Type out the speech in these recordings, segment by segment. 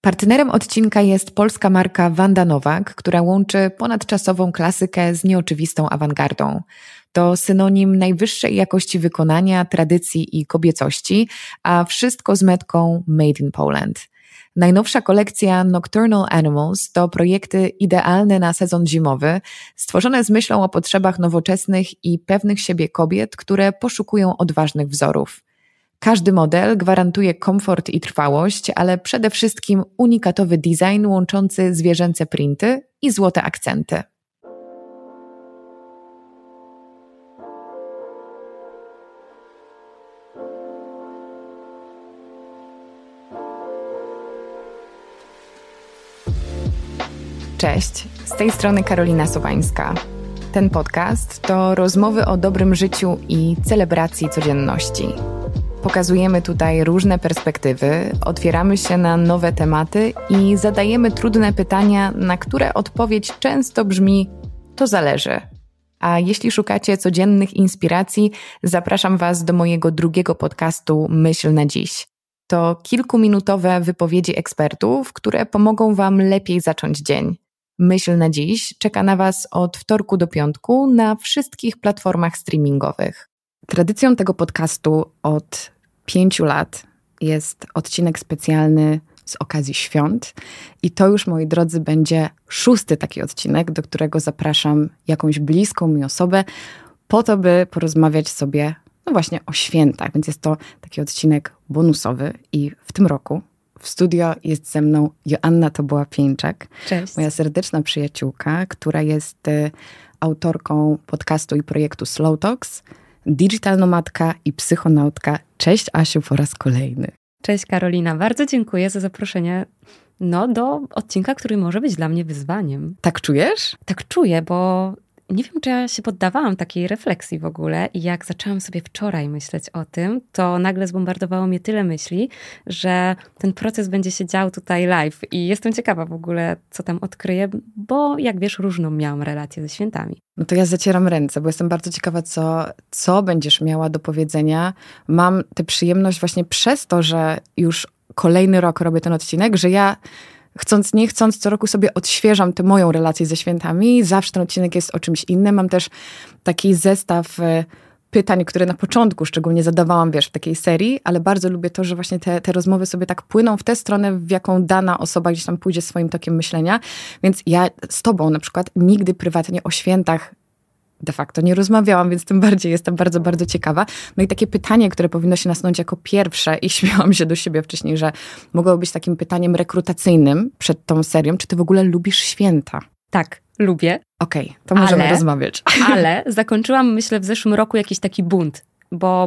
Partnerem odcinka jest polska marka Wanda Nowak, która łączy ponadczasową klasykę z nieoczywistą awangardą. To synonim najwyższej jakości wykonania, tradycji i kobiecości, a wszystko z metką Made in Poland. Najnowsza kolekcja Nocturnal Animals to projekty idealne na sezon zimowy, stworzone z myślą o potrzebach nowoczesnych i pewnych siebie kobiet, które poszukują odważnych wzorów. Każdy model gwarantuje komfort i trwałość, ale przede wszystkim unikatowy design łączący zwierzęce printy i złote akcenty. Cześć, z tej strony Karolina Sobańska. Ten podcast to rozmowy o dobrym życiu i celebracji codzienności. Pokazujemy tutaj różne perspektywy, otwieramy się na nowe tematy i zadajemy trudne pytania, na które odpowiedź często brzmi: to zależy. A jeśli szukacie codziennych inspiracji, zapraszam Was do mojego drugiego podcastu Myśl na dziś. To kilkuminutowe wypowiedzi ekspertów, które pomogą Wam lepiej zacząć dzień. Myśl na dziś czeka na Was od wtorku do piątku na wszystkich platformach streamingowych. Tradycją tego podcastu od 5 lat jest odcinek specjalny z okazji świąt i to już, moi drodzy, będzie 6. taki odcinek, do którego zapraszam jakąś bliską mi osobę po to, by porozmawiać sobie właśnie o świętach, więc jest to taki odcinek bonusowy i w tym roku w studio jest ze mną Joanna Toboła-Pieńczak, Cześć. Moja serdeczna przyjaciółka, która jest autorką podcastu i projektu Slow Talks, digital nomadka i psychonautka. Cześć, Asiu, po raz kolejny. Cześć, Karolina. Bardzo dziękuję za zaproszenie do odcinka, który może być dla mnie wyzwaniem. Tak czujesz? Tak czuję, bo nie wiem, czy ja się poddawałam takiej refleksji w ogóle i jak zaczęłam sobie wczoraj myśleć o tym, to nagle zbombardowało mnie tyle myśli, że ten proces będzie się dział tutaj live i jestem ciekawa w ogóle, co tam odkryję, bo jak wiesz, różną miałam relację ze świętami. No to ja zacieram ręce, bo jestem bardzo ciekawa, co będziesz miała do powiedzenia. Mam tę przyjemność właśnie przez to, że już kolejny rok robię ten odcinek, że ja chcąc nie chcąc co roku sobie odświeżam tę moją relację ze świętami. Zawsze ten odcinek jest o czymś innym. Mam też taki zestaw pytań, które na początku szczególnie zadawałam, w takiej serii, ale bardzo lubię to, że właśnie te rozmowy sobie tak płyną w tę stronę, w jaką dana osoba gdzieś tam pójdzie swoim tokiem myślenia. Więc ja z tobą na przykład nigdy prywatnie o świętach de facto nie rozmawiałam, więc tym bardziej jestem bardzo, bardzo ciekawa. No i takie pytanie, które powinno się nasunąć jako pierwsze i śmiałam się do siebie wcześniej, że mogło być takim pytaniem rekrutacyjnym przed tą serią. Czy ty w ogóle lubisz święta? Tak, lubię. Okej, to możemy rozmawiać. Ale zakończyłam, myślę, w zeszłym roku jakiś taki bunt, bo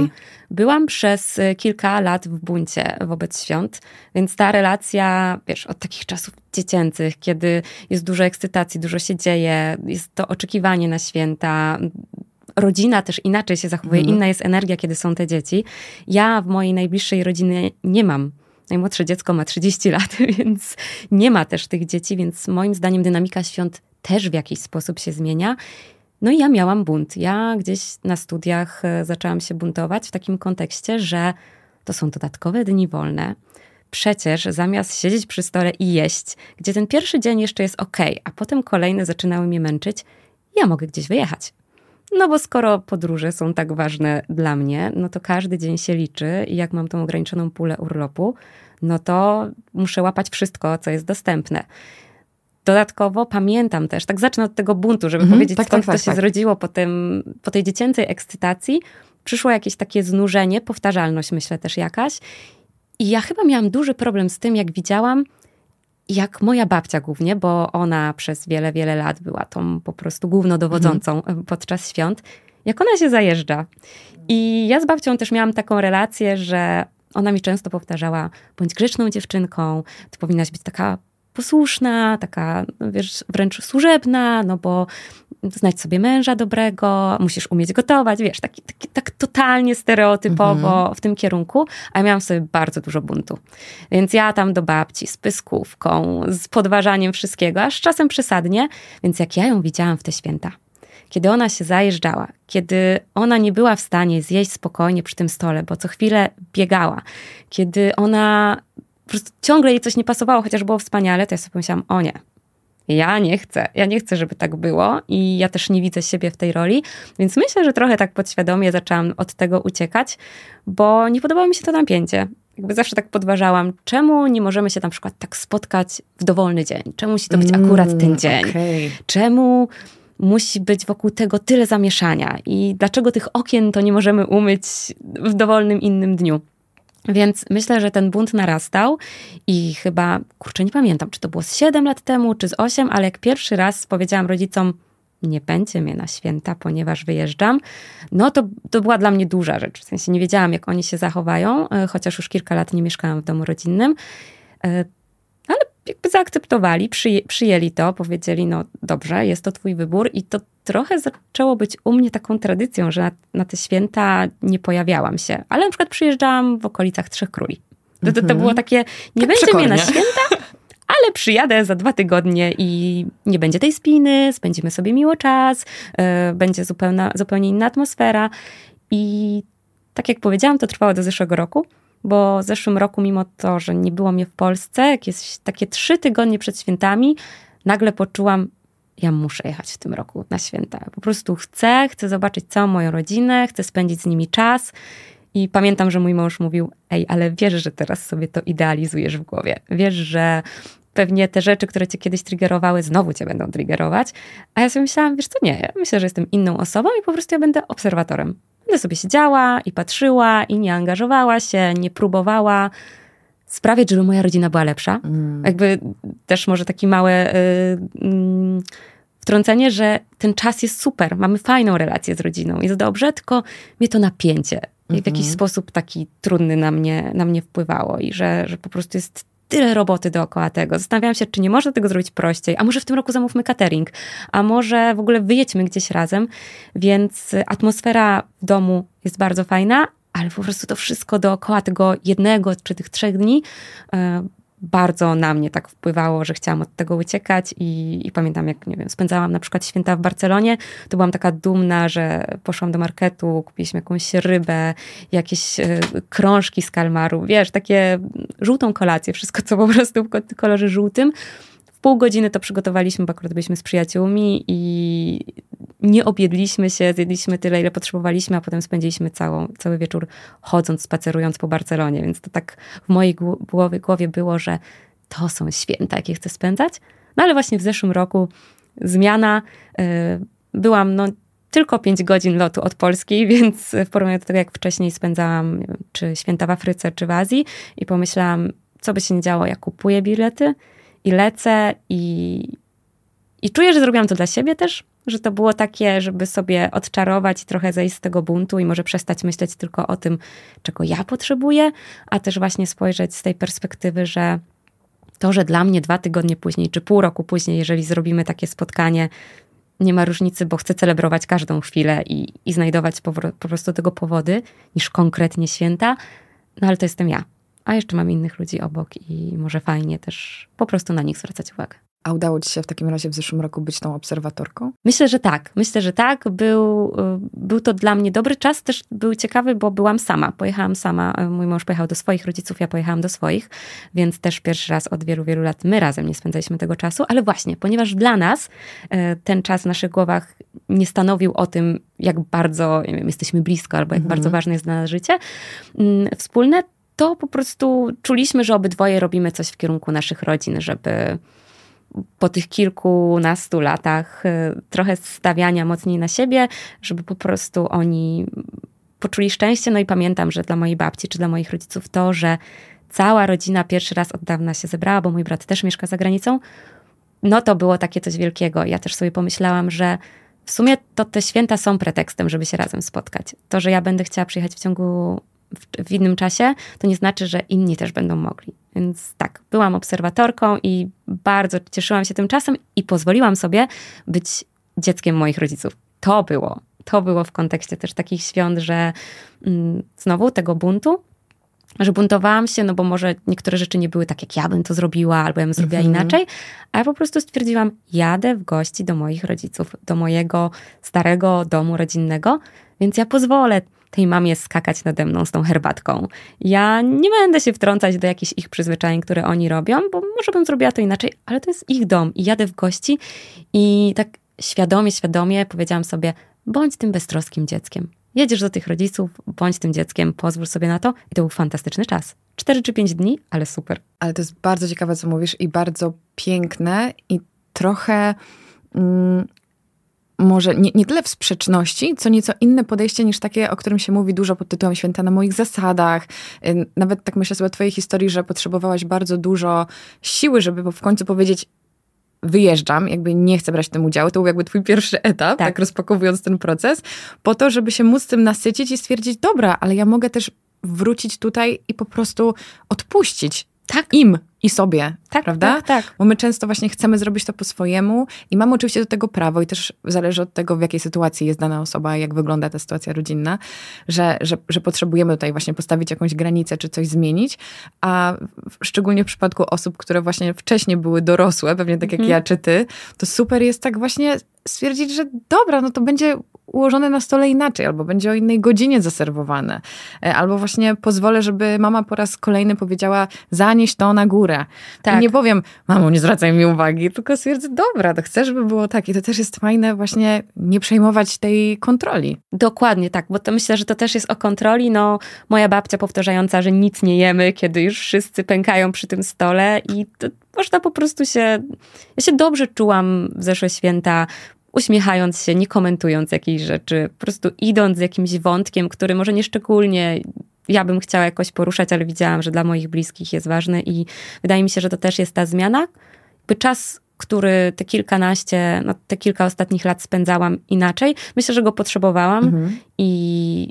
byłam przez kilka lat w buncie wobec świąt, więc ta relacja, od takich czasów dziecięcych, kiedy jest dużo ekscytacji, dużo się dzieje, jest to oczekiwanie na święta, rodzina też inaczej się zachowuje, inna jest energia, kiedy są te dzieci. Ja w mojej najbliższej rodzinie nie mam. Najmłodsze dziecko ma 30 lat, więc nie ma też tych dzieci, więc moim zdaniem dynamika świąt też w jakiś sposób się zmienia. No i ja miałam bunt. Ja gdzieś na studiach zaczęłam się buntować w takim kontekście, że to są dodatkowe dni wolne. Przecież zamiast siedzieć przy stole i jeść, gdzie ten pierwszy dzień jeszcze jest okej, a potem kolejne zaczynały mnie męczyć, ja mogę gdzieś wyjechać. No bo skoro podróże są tak ważne dla mnie, no to każdy dzień się liczy i jak mam tą ograniczoną pulę urlopu, no to muszę łapać wszystko, co jest dostępne. Dodatkowo pamiętam też, tak zacznę od tego buntu, żeby powiedzieć, skąd to się zrodziło po tej dziecięcej ekscytacji. Przyszło jakieś takie znużenie, powtarzalność myślę też jakaś. I ja chyba miałam duży problem z tym, jak widziałam, jak moja babcia głównie, bo ona przez wiele, wiele lat była tą po prostu głównodowodzącą podczas świąt, jak ona się zajeżdża. I ja z babcią też miałam taką relację, że ona mi często powtarzała: bądź grzeczną dziewczynką, ty powinnaś być taka posłuszna, taka, wręcz służebna, no bo znajdź sobie męża dobrego, musisz umieć gotować, tak totalnie stereotypowo w tym kierunku, a ja miałam sobie bardzo dużo buntu. Więc ja tam do babci z pyskówką, z podważaniem wszystkiego, aż czasem przesadnie, więc jak ja ją widziałam w te święta, kiedy ona się zajeżdżała, kiedy ona nie była w stanie zjeść spokojnie przy tym stole, bo co chwilę biegała, kiedy ona po prostu ciągle jej coś nie pasowało, chociaż było wspaniale, to ja sobie pomyślałam, o nie, ja nie chcę, żeby tak było i ja też nie widzę siebie w tej roli, więc myślę, że trochę tak podświadomie zaczęłam od tego uciekać, bo nie podobało mi się to napięcie. Jakby zawsze tak podważałam, czemu nie możemy się na przykład tak spotkać w dowolny dzień? Czemu musi to być akurat ten dzień? Okay. Czemu musi być wokół tego tyle zamieszania? I dlaczego tych okien to nie możemy umyć w dowolnym innym dniu? Więc myślę, że ten bunt narastał i chyba, kurczę, nie pamiętam, czy to było z 7 lat temu, czy z 8, ale jak pierwszy raz powiedziałam rodzicom, nie będzie mnie na święta, ponieważ wyjeżdżam, no to była dla mnie duża rzecz. W sensie nie wiedziałam, jak oni się zachowają, chociaż już kilka lat nie mieszkałam w domu rodzinnym, ale jakby zaakceptowali, przyjęli to, powiedzieli, no dobrze, jest to twój wybór i to trochę zaczęło być u mnie taką tradycją, że na te święta nie pojawiałam się, ale na przykład przyjeżdżałam w okolicach Trzech Króli. To było takie, nie będzie mnie na święta, ale przyjadę za 2 tygodnie i nie będzie tej spiny, spędzimy sobie miło czas, będzie zupełnie inna atmosfera. I tak jak powiedziałam, to trwało do zeszłego roku, bo w zeszłym roku, mimo to, że nie było mnie w Polsce, jakieś takie 3 tygodnie przed świętami, nagle poczułam, ja muszę jechać w tym roku na święta. Po prostu chcę zobaczyć całą moją rodzinę, chcę spędzić z nimi czas. I pamiętam, że mój mąż mówił, ale wiesz, że teraz sobie to idealizujesz w głowie. Wiesz, że pewnie te rzeczy, które cię kiedyś triggerowały, znowu cię będą triggerować. A ja sobie myślałam, wiesz co, nie, ja myślę, że jestem inną osobą i po prostu ja będę obserwatorem. Będę sobie siedziała i patrzyła i nie angażowała się, nie próbowała sprawiać, żeby moja rodzina była lepsza. Jakby też może takie małe wtrącenie, że ten czas jest super, mamy fajną relację z rodziną, jest dobrze, tylko mnie to napięcie w jakiś sposób taki trudny na mnie wpływało i że po prostu jest tyle roboty dookoła tego. Zastanawiałam się, czy nie można tego zrobić prościej, a może w tym roku zamówmy catering, a może w ogóle wyjedźmy gdzieś razem, więc atmosfera w domu jest bardzo fajna, ale po prostu to wszystko dookoła tego 1 czy tych 3 dni bardzo na mnie tak wpływało, że chciałam od tego uciekać i pamiętam, jak, nie wiem, spędzałam na przykład święta w Barcelonie, to byłam taka dumna, że poszłam do marketu, kupiliśmy jakąś rybę, jakieś krążki z kalmaru, wiesz, takie żółtą kolację, wszystko co po prostu w kolorze żółtym. W pół godziny to przygotowaliśmy, bo akurat byliśmy z przyjaciółmi i nie objedliśmy się, zjedliśmy tyle, ile potrzebowaliśmy, a potem spędziliśmy cały wieczór chodząc, spacerując po Barcelonie, więc to tak w mojej głowie było, że to są święta, jakie chcę spędzać. No ale właśnie w zeszłym roku zmiana, byłam tylko 5 godzin lotu od Polski, więc w porównaniu do tego, jak wcześniej spędzałam, nie wiem, czy święta w Afryce, czy w Azji i pomyślałam, co by się nie działo, ja kupuję bilety i lecę i czuję, że zrobiłam to dla siebie też, że to było takie, żeby sobie odczarować i trochę zejść z tego buntu i może przestać myśleć tylko o tym, czego ja potrzebuję, a też właśnie spojrzeć z tej perspektywy, że to, że dla mnie 2 tygodnie później, czy pół roku później, jeżeli zrobimy takie spotkanie, nie ma różnicy, bo chcę celebrować każdą chwilę i znajdować po prostu tego powody, niż konkretnie święta, no ale to jestem ja. A jeszcze mam innych ludzi obok i może fajnie też po prostu na nich zwracać uwagę. A udało ci się w takim razie w zeszłym roku być tą obserwatorką? Myślę, że tak. Był to dla mnie dobry czas. Też był ciekawy, bo byłam sama. Pojechałam sama. Mój mąż pojechał do swoich rodziców, ja pojechałam do swoich. Więc też pierwszy raz od wielu, wielu lat my razem nie spędzaliśmy tego czasu. Ale właśnie, ponieważ dla nas ten czas w naszych głowach nie stanowił o tym, jak bardzo, nie wiem, jesteśmy blisko, albo jak bardzo ważne jest dla nas życie wspólne, to po prostu czuliśmy, że obydwoje robimy coś w kierunku naszych rodzin, żeby po tych kilkunastu latach trochę stawiania mocniej na siebie, żeby po prostu oni poczuli szczęście. No i pamiętam, że dla mojej babci czy dla moich rodziców to, że cała rodzina pierwszy raz od dawna się zebrała, bo mój brat też mieszka za granicą, no to było takie coś wielkiego. Ja też sobie pomyślałam, że w sumie to te święta są pretekstem, żeby się razem spotkać. To, że ja będę chciała przyjechać w innym czasie, to nie znaczy, że inni też będą mogli. Więc tak, byłam obserwatorką i bardzo cieszyłam się tym czasem i pozwoliłam sobie być dzieckiem moich rodziców. To było w kontekście też takich świąt, że znowu tego buntu, że buntowałam się, no bo może niektóre rzeczy nie były tak, jak ja bym to zrobiła, albo ja bym zrobiła inaczej, a ja po prostu stwierdziłam, jadę w gości do moich rodziców, do mojego starego domu rodzinnego, więc ja pozwolę tej mamie skakać nade mną z tą herbatką. Ja nie będę się wtrącać do jakichś ich przyzwyczajeń, które oni robią, bo może bym zrobiła to inaczej, ale to jest ich dom i jadę w gości i tak świadomie powiedziałam sobie, bądź tym beztroskim dzieckiem. Jedziesz do tych rodziców, bądź tym dzieckiem, pozwól sobie na to i to był fantastyczny czas. 4 czy 5 dni, ale super. Ale to jest bardzo ciekawe, co mówisz i bardzo piękne i trochę może nie tyle w sprzeczności, co nieco inne podejście niż takie, o którym się mówi dużo pod tytułem Święta na moich zasadach. Nawet tak myślę sobie o twojej historii, że potrzebowałaś bardzo dużo siły, żeby w końcu powiedzieć, wyjeżdżam, jakby nie chcę brać w tym udziału. To był jakby twój pierwszy etap, tak rozpakowując ten proces, po to, żeby się móc tym nasycić i stwierdzić, dobra, ale ja mogę też wrócić tutaj i po prostu odpuścić im i sobie, prawda? Tak. Bo my często właśnie chcemy zrobić to po swojemu i mamy oczywiście do tego prawo i też zależy od tego, w jakiej sytuacji jest dana osoba, jak wygląda ta sytuacja rodzinna, że potrzebujemy tutaj właśnie postawić jakąś granicę czy coś zmienić, a szczególnie w przypadku osób, które właśnie wcześniej były dorosłe, pewnie tak jak ja czy ty, to super jest tak właśnie stwierdzić, że dobra, no to będzie ułożone na stole inaczej, albo będzie o innej godzinie zaserwowane. Albo właśnie pozwolę, żeby mama po raz kolejny powiedziała, zanieś to na górę. I nie powiem, mamo, nie zwracaj mi uwagi, tylko stwierdzę, dobra, to chcę, żeby było tak. I to też jest fajne właśnie nie przejmować tej kontroli. Dokładnie tak, bo to myślę, że to też jest o kontroli. No, moja babcia powtarzająca, że nic nie jemy, kiedy już wszyscy pękają przy tym stole i to można po prostu Ja się dobrze czułam w zeszłe święta, uśmiechając się, nie komentując jakichś rzeczy, po prostu idąc z jakimś wątkiem, który może nie szczególnie ja bym chciała jakoś poruszać, ale widziałam, że dla moich bliskich jest ważny i wydaje mi się, że to też jest ta zmiana. Czas, który te kilka ostatnich lat spędzałam inaczej, myślę, że go potrzebowałam i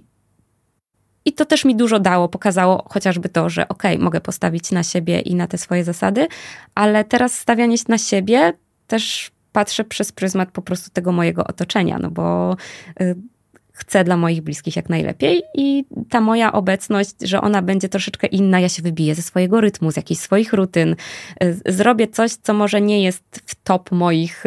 to też mi dużo dało, pokazało chociażby to, że mogę postawić na siebie i na te swoje zasady, ale teraz stawianie się na siebie też patrzę przez pryzmat po prostu tego mojego otoczenia, no bo chcę dla moich bliskich jak najlepiej i ta moja obecność, że ona będzie troszeczkę inna, ja się wybiję ze swojego rytmu, z jakichś swoich rutyn, zrobię coś, co może nie jest w top moich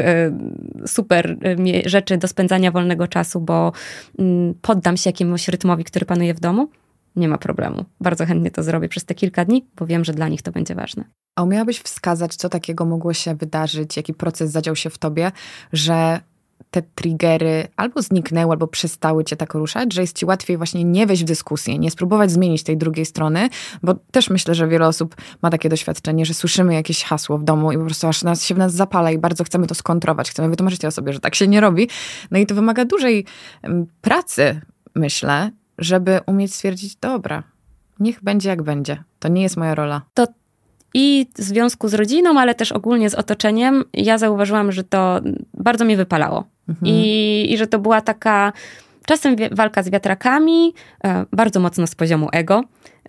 super rzeczy do spędzania wolnego czasu, bo poddam się jakiemuś rytmowi, który panuje w domu. Nie ma problemu. Bardzo chętnie to zrobię przez te kilka dni, bo wiem, że dla nich to będzie ważne. A umiałabyś wskazać, co takiego mogło się wydarzyć, jaki proces zadział się w tobie, że te triggery albo zniknęły, albo przestały cię tak ruszać, że jest ci łatwiej właśnie nie wejść w dyskusję, nie spróbować zmienić tej drugiej strony, bo też myślę, że wiele osób ma takie doświadczenie, że słyszymy jakieś hasło w domu i po prostu aż się w nas zapala i bardzo chcemy to skontrować, chcemy wytłumaczyć tej osobie, że tak się nie robi. No i to wymaga dużej pracy, myślę, żeby umieć stwierdzić, dobra, niech będzie jak będzie. To nie jest moja rola. To i w związku z rodziną, ale też ogólnie z otoczeniem, ja zauważyłam, że to bardzo mnie wypalało. I że to była taka czasem walka z wiatrakami, bardzo mocno z poziomu ego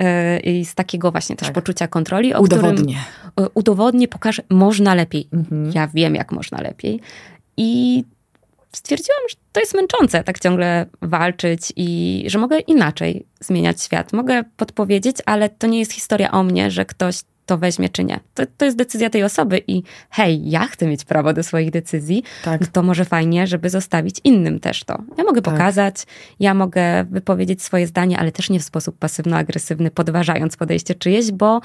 i z takiego właśnie też poczucia kontroli. Udowodnię, pokażę, można lepiej. Ja wiem, jak można lepiej. I stwierdziłam, że to jest męczące tak ciągle walczyć i że mogę inaczej zmieniać świat. Mogę podpowiedzieć, ale to nie jest historia o mnie, że ktoś to weźmie czy nie. To jest decyzja tej osoby i hej, ja chcę mieć prawo do swoich decyzji, to może fajnie, żeby zostawić innym też to. Ja mogę pokazać, ja mogę wypowiedzieć swoje zdanie, ale też nie w sposób pasywno-agresywny, podważając podejście czyjeś, bo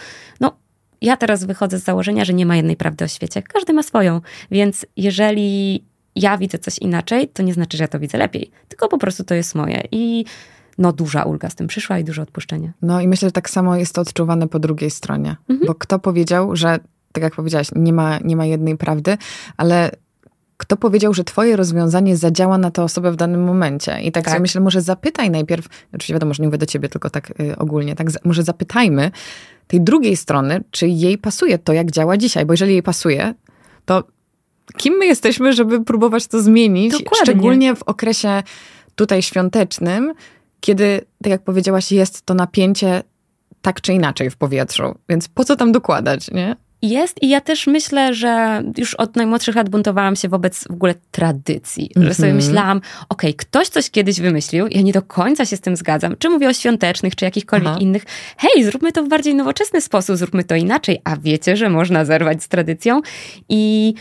ja teraz wychodzę z założenia, że nie ma jednej prawdy o świecie. Każdy ma swoją, więc jeżeli ja widzę coś inaczej, to nie znaczy, że ja to widzę lepiej, tylko po prostu to jest moje i duża ulga z tym przyszła i dużo odpuszczenia. No i myślę, że tak samo jest to odczuwane po drugiej stronie. Bo kto powiedział, że, tak jak powiedziałaś, nie ma jednej prawdy, ale kto powiedział, że twoje rozwiązanie zadziała na tę osobę w danym momencie? I tak sobie myślę, może zapytaj najpierw, oczywiście wiadomo, że nie mówię do ciebie, tylko tak ogólnie, tak może zapytajmy tej drugiej strony, czy jej pasuje to, jak działa dzisiaj, bo jeżeli jej pasuje, to kim my jesteśmy, żeby próbować to zmienić? Dokładnie. Szczególnie w okresie tutaj świątecznym, kiedy, tak jak powiedziałaś, jest to napięcie tak czy inaczej w powietrzu. Więc po co tam dokładać, nie? Jest i ja też myślę, że już od najmłodszych lat buntowałam się wobec w ogóle tradycji. Że sobie myślałam, ktoś coś kiedyś wymyślił, ja nie do końca się z tym zgadzam. Czy mówię o świątecznych, czy jakichkolwiek innych. Hej, zróbmy to w bardziej nowoczesny sposób, zróbmy to inaczej. A wiecie, że można zerwać z tradycją? I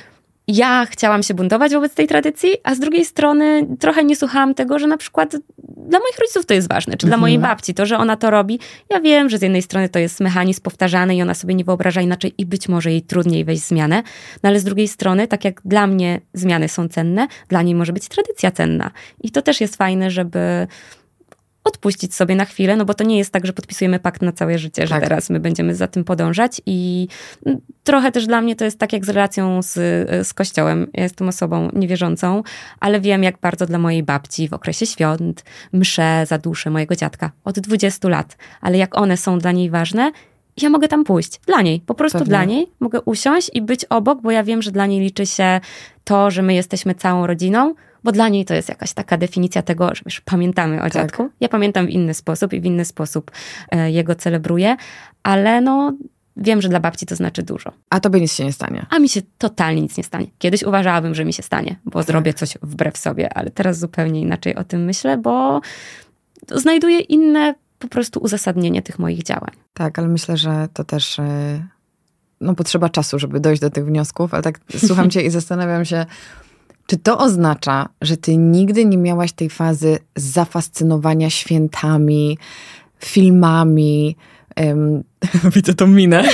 ja chciałam się buntować wobec tej tradycji, a z drugiej strony trochę nie słuchałam tego, że na przykład dla moich rodziców to jest ważne, czy dla mojej babci, to, że ona to robi. Ja wiem, że z jednej strony to jest mechanizm powtarzany i ona sobie nie wyobraża inaczej i być może jej trudniej wejść w zmianę, no ale z drugiej strony, tak jak dla mnie zmiany są cenne, dla niej może być tradycja cenna. I to też jest fajne, żeby odpuścić sobie na chwilę, no bo to nie jest tak, że podpisujemy pakt na całe życie, że teraz my będziemy za tym podążać i trochę też dla mnie to jest tak jak z relacją z Kościołem. Ja jestem osobą niewierzącą, ale wiem jak bardzo dla mojej babci w okresie świąt, msze za duszę mojego dziadka od 20 lat, ale jak one są dla niej ważne, ja mogę tam pójść. Dla niej. Po prostu dla niej. Mogę usiąść i być obok, bo ja wiem, że dla niej liczy się to, że my jesteśmy całą rodziną, bo dla niej to jest jakaś taka definicja tego, że wiesz, pamiętamy o dziadku. Ja pamiętam w inny sposób i w inny sposób jego celebruję, ale no wiem, że dla babci to znaczy dużo. A tobie nic się nie stanie? A mi się totalnie nic nie stanie. Kiedyś uważałabym, że mi się stanie, bo zrobię coś wbrew sobie, ale teraz zupełnie inaczej o tym myślę, bo znajduję inne po prostu uzasadnienie tych moich działań. Tak, ale myślę, że to też potrzeba czasu, żeby dojść do tych wniosków, ale tak słucham cię i zastanawiam się, czy to oznacza, że ty nigdy nie miałaś tej fazy zafascynowania świętami, filmami, widzę tą minę,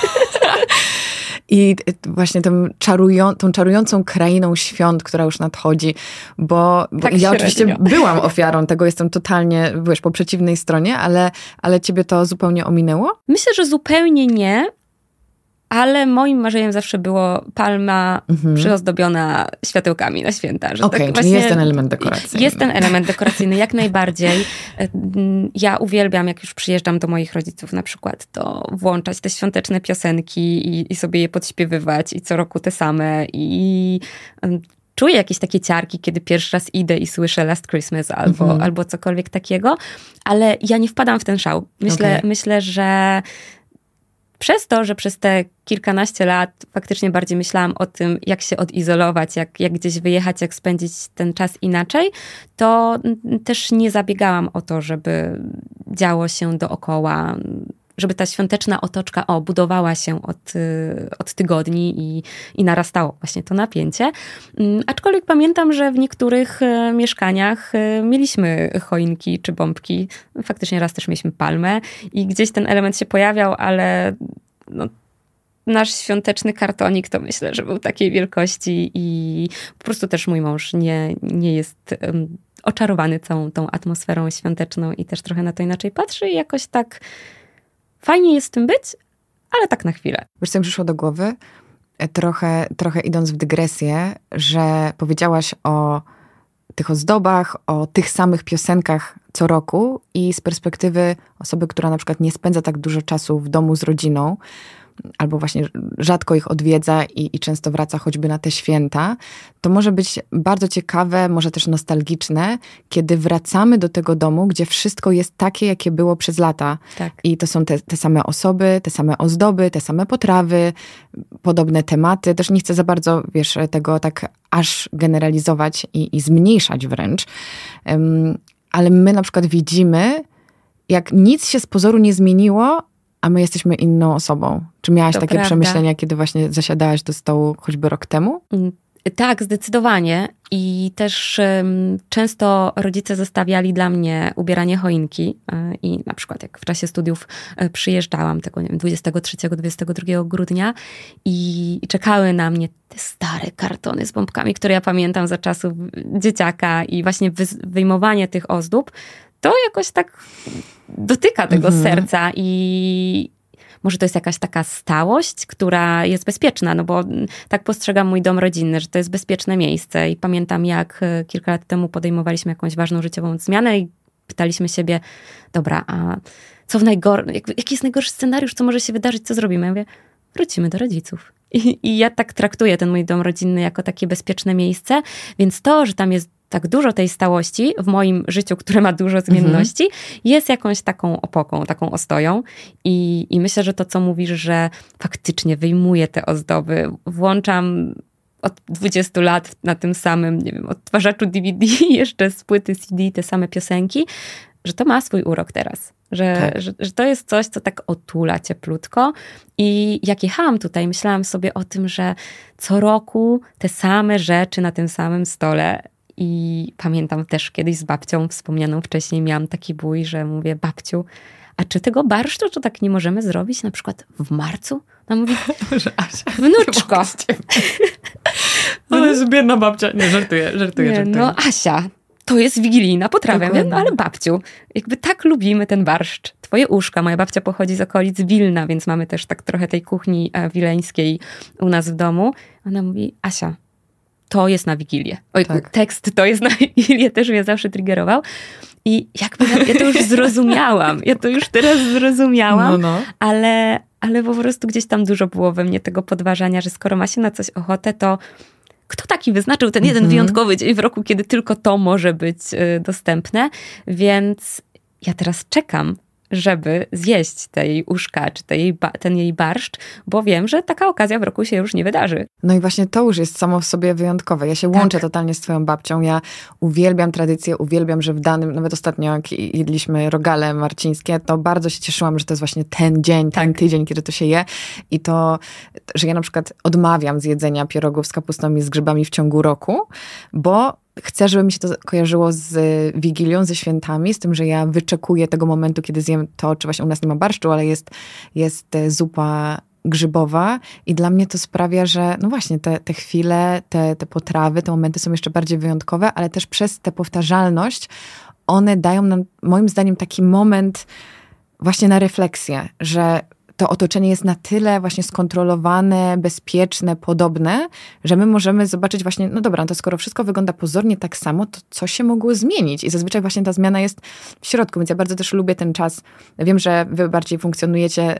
i właśnie tą czarującą krainą świąt, która już nadchodzi, bo tak ja oczywiście byłam ofiarą tego, jestem totalnie, po przeciwnej stronie, ale ciebie to zupełnie ominęło? Myślę, że zupełnie nie, ale moim marzeniem zawsze było palma przyozdobiona światełkami na święta. Że Okej, czyli jest ten element dekoracyjny. Jest ten element dekoracyjny, jak najbardziej. Ja uwielbiam, jak już przyjeżdżam do moich rodziców na przykład, to włączać te świąteczne piosenki i sobie je podśpiewywać i co roku te same i czuję jakieś takie ciarki, kiedy pierwszy raz idę i słyszę Last Christmas albo cokolwiek takiego, ale ja nie wpadam w ten szał. Myślę, że przez to, że przez te kilkanaście lat faktycznie bardziej myślałam o tym, jak się odizolować, jak gdzieś wyjechać, jak spędzić ten czas inaczej, to też nie zabiegałam o to, żeby działo się dookoła, żeby ta świąteczna otoczka budowała się od tygodni i narastało właśnie to napięcie. Aczkolwiek pamiętam, że w niektórych mieszkaniach mieliśmy choinki czy bombki. Faktycznie raz też mieliśmy palmę i gdzieś ten element się pojawiał, ale nasz świąteczny kartonik to myślę, że był takiej wielkości i po prostu też mój mąż nie jest oczarowany całą tą atmosferą świąteczną i też trochę na to inaczej patrzy i jakoś tak fajnie jest w tym być, ale tak na chwilę. Wiesz, co mi przyszło do głowy? Trochę idąc w dygresję, że powiedziałaś o tych ozdobach, o tych samych piosenkach co roku i z perspektywy osoby, która na przykład nie spędza tak dużo czasu w domu z rodziną, albo właśnie rzadko ich odwiedza i często wraca choćby na te święta, to może być bardzo ciekawe, może też nostalgiczne, kiedy wracamy do tego domu, gdzie wszystko jest takie, jakie było przez lata. Tak. I to są te same osoby, te same ozdoby, te same potrawy, podobne tematy. Też nie chcę za bardzo, tego tak aż generalizować i zmniejszać wręcz. Ale my na przykład widzimy, jak nic się z pozoru nie zmieniło, a my jesteśmy inną osobą. Czy miałaś takie przemyślenia, kiedy właśnie zasiadałaś do stołu choćby rok temu? Tak, zdecydowanie. I też często rodzice zostawiali dla mnie ubieranie choinki i na przykład jak w czasie studiów przyjeżdżałam tego, 23-22 grudnia i czekały na mnie te stare kartony z bombkami, które ja pamiętam za czasów dzieciaka i właśnie wyjmowanie tych ozdób, to jakoś tak dotyka tego serca i może to jest jakaś taka stałość, która jest bezpieczna, no bo tak postrzegam mój dom rodzinny, że to jest bezpieczne miejsce i pamiętam jak kilka lat temu podejmowaliśmy jakąś ważną życiową zmianę i pytaliśmy siebie, dobra, a co jaki jest najgorszy scenariusz, co może się wydarzyć, co zrobimy? Ja mówię, wrócimy do rodziców. I ja tak traktuję ten mój dom rodzinny jako takie bezpieczne miejsce, więc to, że tam jest tak dużo tej stałości w moim życiu, które ma dużo zmienności, jest jakąś taką opoką, taką ostoją. I myślę, że to, co mówisz, że faktycznie wyjmuję te ozdoby, włączam od 20 lat na tym samym, odtwarzaczu DVD, jeszcze z płyty CD te same piosenki, że to ma swój urok teraz. Że to jest coś, co tak otula cieplutko. I jak jechałam tutaj, myślałam sobie o tym, że co roku te same rzeczy na tym samym stole. I pamiętam też kiedyś z babcią wspomnianą wcześniej miałam taki bój, że mówię, babciu, a czy tego barszczu to tak nie możemy zrobić na przykład w marcu? Ona mówi, wnuczko. Ale jest biedna babcia. Nie, żartuję. No Asia, to jest wigilijna potrawa. Wiem, no ale babciu, jakby tak lubimy ten barszcz. Twoje uszka, moja babcia pochodzi z okolic Wilna, więc mamy też tak trochę tej kuchni wileńskiej u nas w domu. Ona mówi, Asia, to jest na Wigilię. Oj, tekst to jest na Wigilię też mnie zawsze triggerował. I jakby ja to już zrozumiałam. Ja to już teraz zrozumiałam, ale po prostu gdzieś tam dużo było we mnie tego podważania, że skoro ma się na coś ochotę, to kto taki wyznaczył ten jeden wyjątkowy dzień w roku, kiedy tylko to może być dostępne? Więc ja teraz czekam, żeby zjeść tej uszka, czy ten jej barszcz, bo wiem, że taka okazja w roku się już nie wydarzy. No i właśnie to już jest samo w sobie wyjątkowe. Ja się łączę totalnie z twoją babcią. Ja uwielbiam tradycję, uwielbiam, że w danym, nawet ostatnio jak jedliśmy rogale marcińskie, to bardzo się cieszyłam, że to jest właśnie ten dzień, ten tydzień, kiedy to się je. I to, że ja na przykład odmawiam z jedzenia pierogów z kapustą i z grzybami w ciągu roku, bo chcę, żeby mi się to kojarzyło z Wigilią, ze świętami, z tym, że ja wyczekuję tego momentu, kiedy zjem to, czy właśnie u nas nie ma barszczu, ale jest zupa grzybowa i dla mnie to sprawia, że no właśnie te chwile, te potrawy, te momenty są jeszcze bardziej wyjątkowe, ale też przez tę powtarzalność one dają nam, moim zdaniem, taki moment właśnie na refleksję, że to otoczenie jest na tyle właśnie skontrolowane, bezpieczne, podobne, że my możemy zobaczyć właśnie, no dobra, no to skoro wszystko wygląda pozornie tak samo, to co się mogło zmienić? I zazwyczaj właśnie ta zmiana jest w środku, więc ja bardzo też lubię ten czas. Wiem, że wy bardziej funkcjonujecie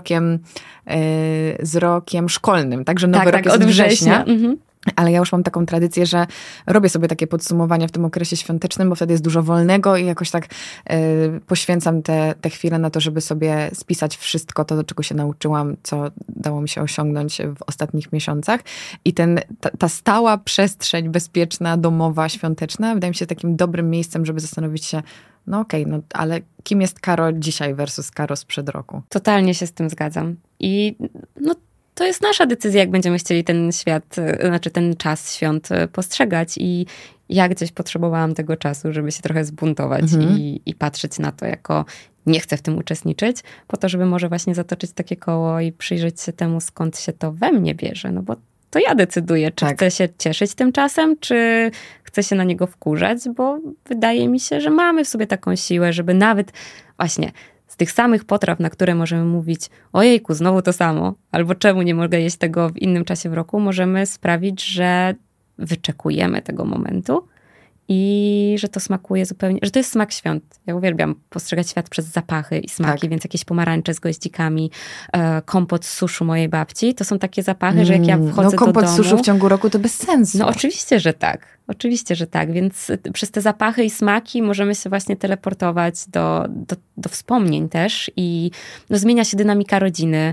z rokiem szkolnym, także nowy rok jest od września. Ale ja już mam taką tradycję, że robię sobie takie podsumowania w tym okresie świątecznym, bo wtedy jest dużo wolnego i jakoś tak poświęcam te chwile na to, żeby sobie spisać wszystko to, do czego się nauczyłam, co dało mi się osiągnąć w ostatnich miesiącach. I ta stała przestrzeń bezpieczna, domowa, świąteczna wydaje mi się takim dobrym miejscem, żeby zastanowić się, no okej, no ale kim jest Karo dzisiaj versus Karo sprzed roku? Totalnie się z tym zgadzam. I no to jest nasza decyzja, jak będziemy chcieli ten świat, znaczy ten czas świąt postrzegać i ja gdzieś potrzebowałam tego czasu, żeby się trochę zbuntować i patrzeć na to jako nie chcę w tym uczestniczyć, po to, żeby może właśnie zatoczyć takie koło i przyjrzeć się temu, skąd się to we mnie bierze, no bo to ja decyduję, czy chcę się cieszyć tym czasem, czy chcę się na niego wkurzać, bo wydaje mi się, że mamy w sobie taką siłę, żeby nawet właśnie z tych samych potraw, na które możemy mówić, ojejku, znowu to samo, albo czemu nie mogę jeść tego w innym czasie w roku, możemy sprawić, że wyczekujemy tego momentu i że to smakuje zupełnie, że to jest smak świąt. Ja uwielbiam postrzegać świat przez zapachy i smaki, więc jakieś pomarańcze z goździkami, kompot z suszu mojej babci, to są takie zapachy, że jak ja wchodzę do domu... kompot z suszu w ciągu roku to bez sensu. No oczywiście, że tak. Oczywiście, że tak. Więc przez te zapachy i smaki możemy się właśnie teleportować do wspomnień też i no, zmienia się dynamika rodziny.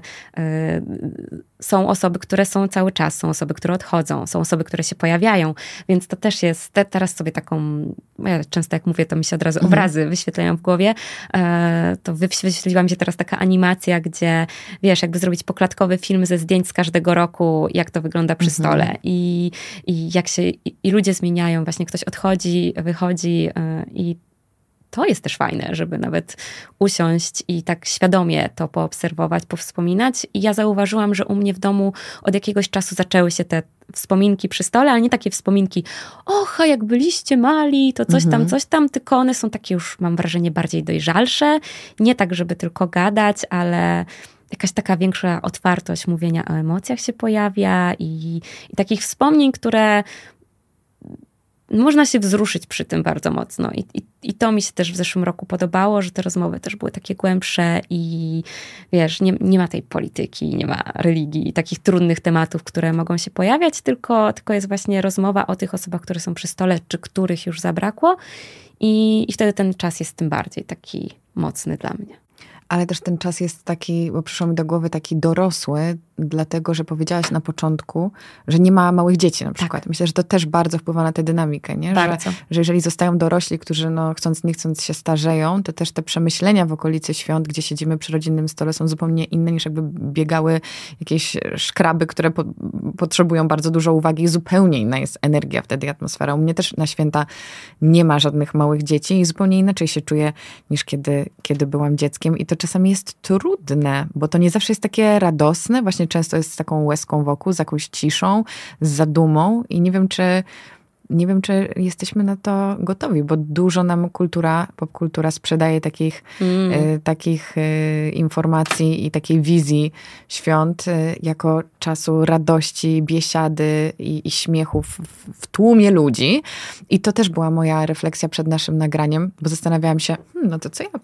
Są osoby, które są cały czas, są osoby, które odchodzą, są osoby, które się pojawiają, więc to też jest, teraz sobie taką, ja często jak mówię, to mi się od razu obrazy wyświetlają w głowie, to wyświetliła mi się teraz taka animacja, gdzie wiesz, jakby zrobić poklatkowy film ze zdjęć z każdego roku, jak to wygląda przy stole i jak się, i ludzie zmieniają, właśnie ktoś odchodzi, wychodzi i to jest też fajne, żeby nawet usiąść i tak świadomie to poobserwować, powspominać. I ja zauważyłam, że u mnie w domu od jakiegoś czasu zaczęły się te wspominki przy stole, ale nie takie wspominki, och, jak byliście mali, to coś tam, tylko one są takie już, mam wrażenie, bardziej dojrzalsze. Nie tak, żeby tylko gadać, ale jakaś taka większa otwartość mówienia o emocjach się pojawia i takich wspomnień, które można się wzruszyć przy tym bardzo mocno. I to mi się też w zeszłym roku podobało, że te rozmowy też były takie głębsze i wiesz, nie ma tej polityki, nie ma religii, takich trudnych tematów, które mogą się pojawiać, tylko jest właśnie rozmowa o tych osobach, które są przy stole, czy których już zabrakło i wtedy ten czas jest tym bardziej taki mocny dla mnie. Ale też ten czas jest taki, bo przyszło mi do głowy, taki dorosły, dlatego, że powiedziałaś na początku, że nie ma małych dzieci na przykład. Tak. Myślę, że to też bardzo wpływa na tę dynamikę, nie? Że jeżeli zostają dorośli, którzy chcąc nie chcąc się starzeją, to też te przemyślenia w okolicy świąt, gdzie siedzimy przy rodzinnym stole, są zupełnie inne niż jakby biegały jakieś szkraby, które potrzebują bardzo dużo uwagi i zupełnie inna jest energia wtedy, atmosfera. U mnie też na święta nie ma żadnych małych dzieci i zupełnie inaczej się czuję niż kiedy byłam dzieckiem i to czasami jest trudne, bo to nie zawsze jest takie radosne, właśnie często jest z taką łezką wokół, z jakąś ciszą, z zadumą i nie wiem, czy jesteśmy na to gotowi, bo dużo nam popkultura sprzedaje takich informacji i takiej wizji świąt jako czasu radości, biesiady i śmiechu w tłumie ludzi. I to też była moja refleksja przed naszym nagraniem, bo zastanawiałam się, no to co ja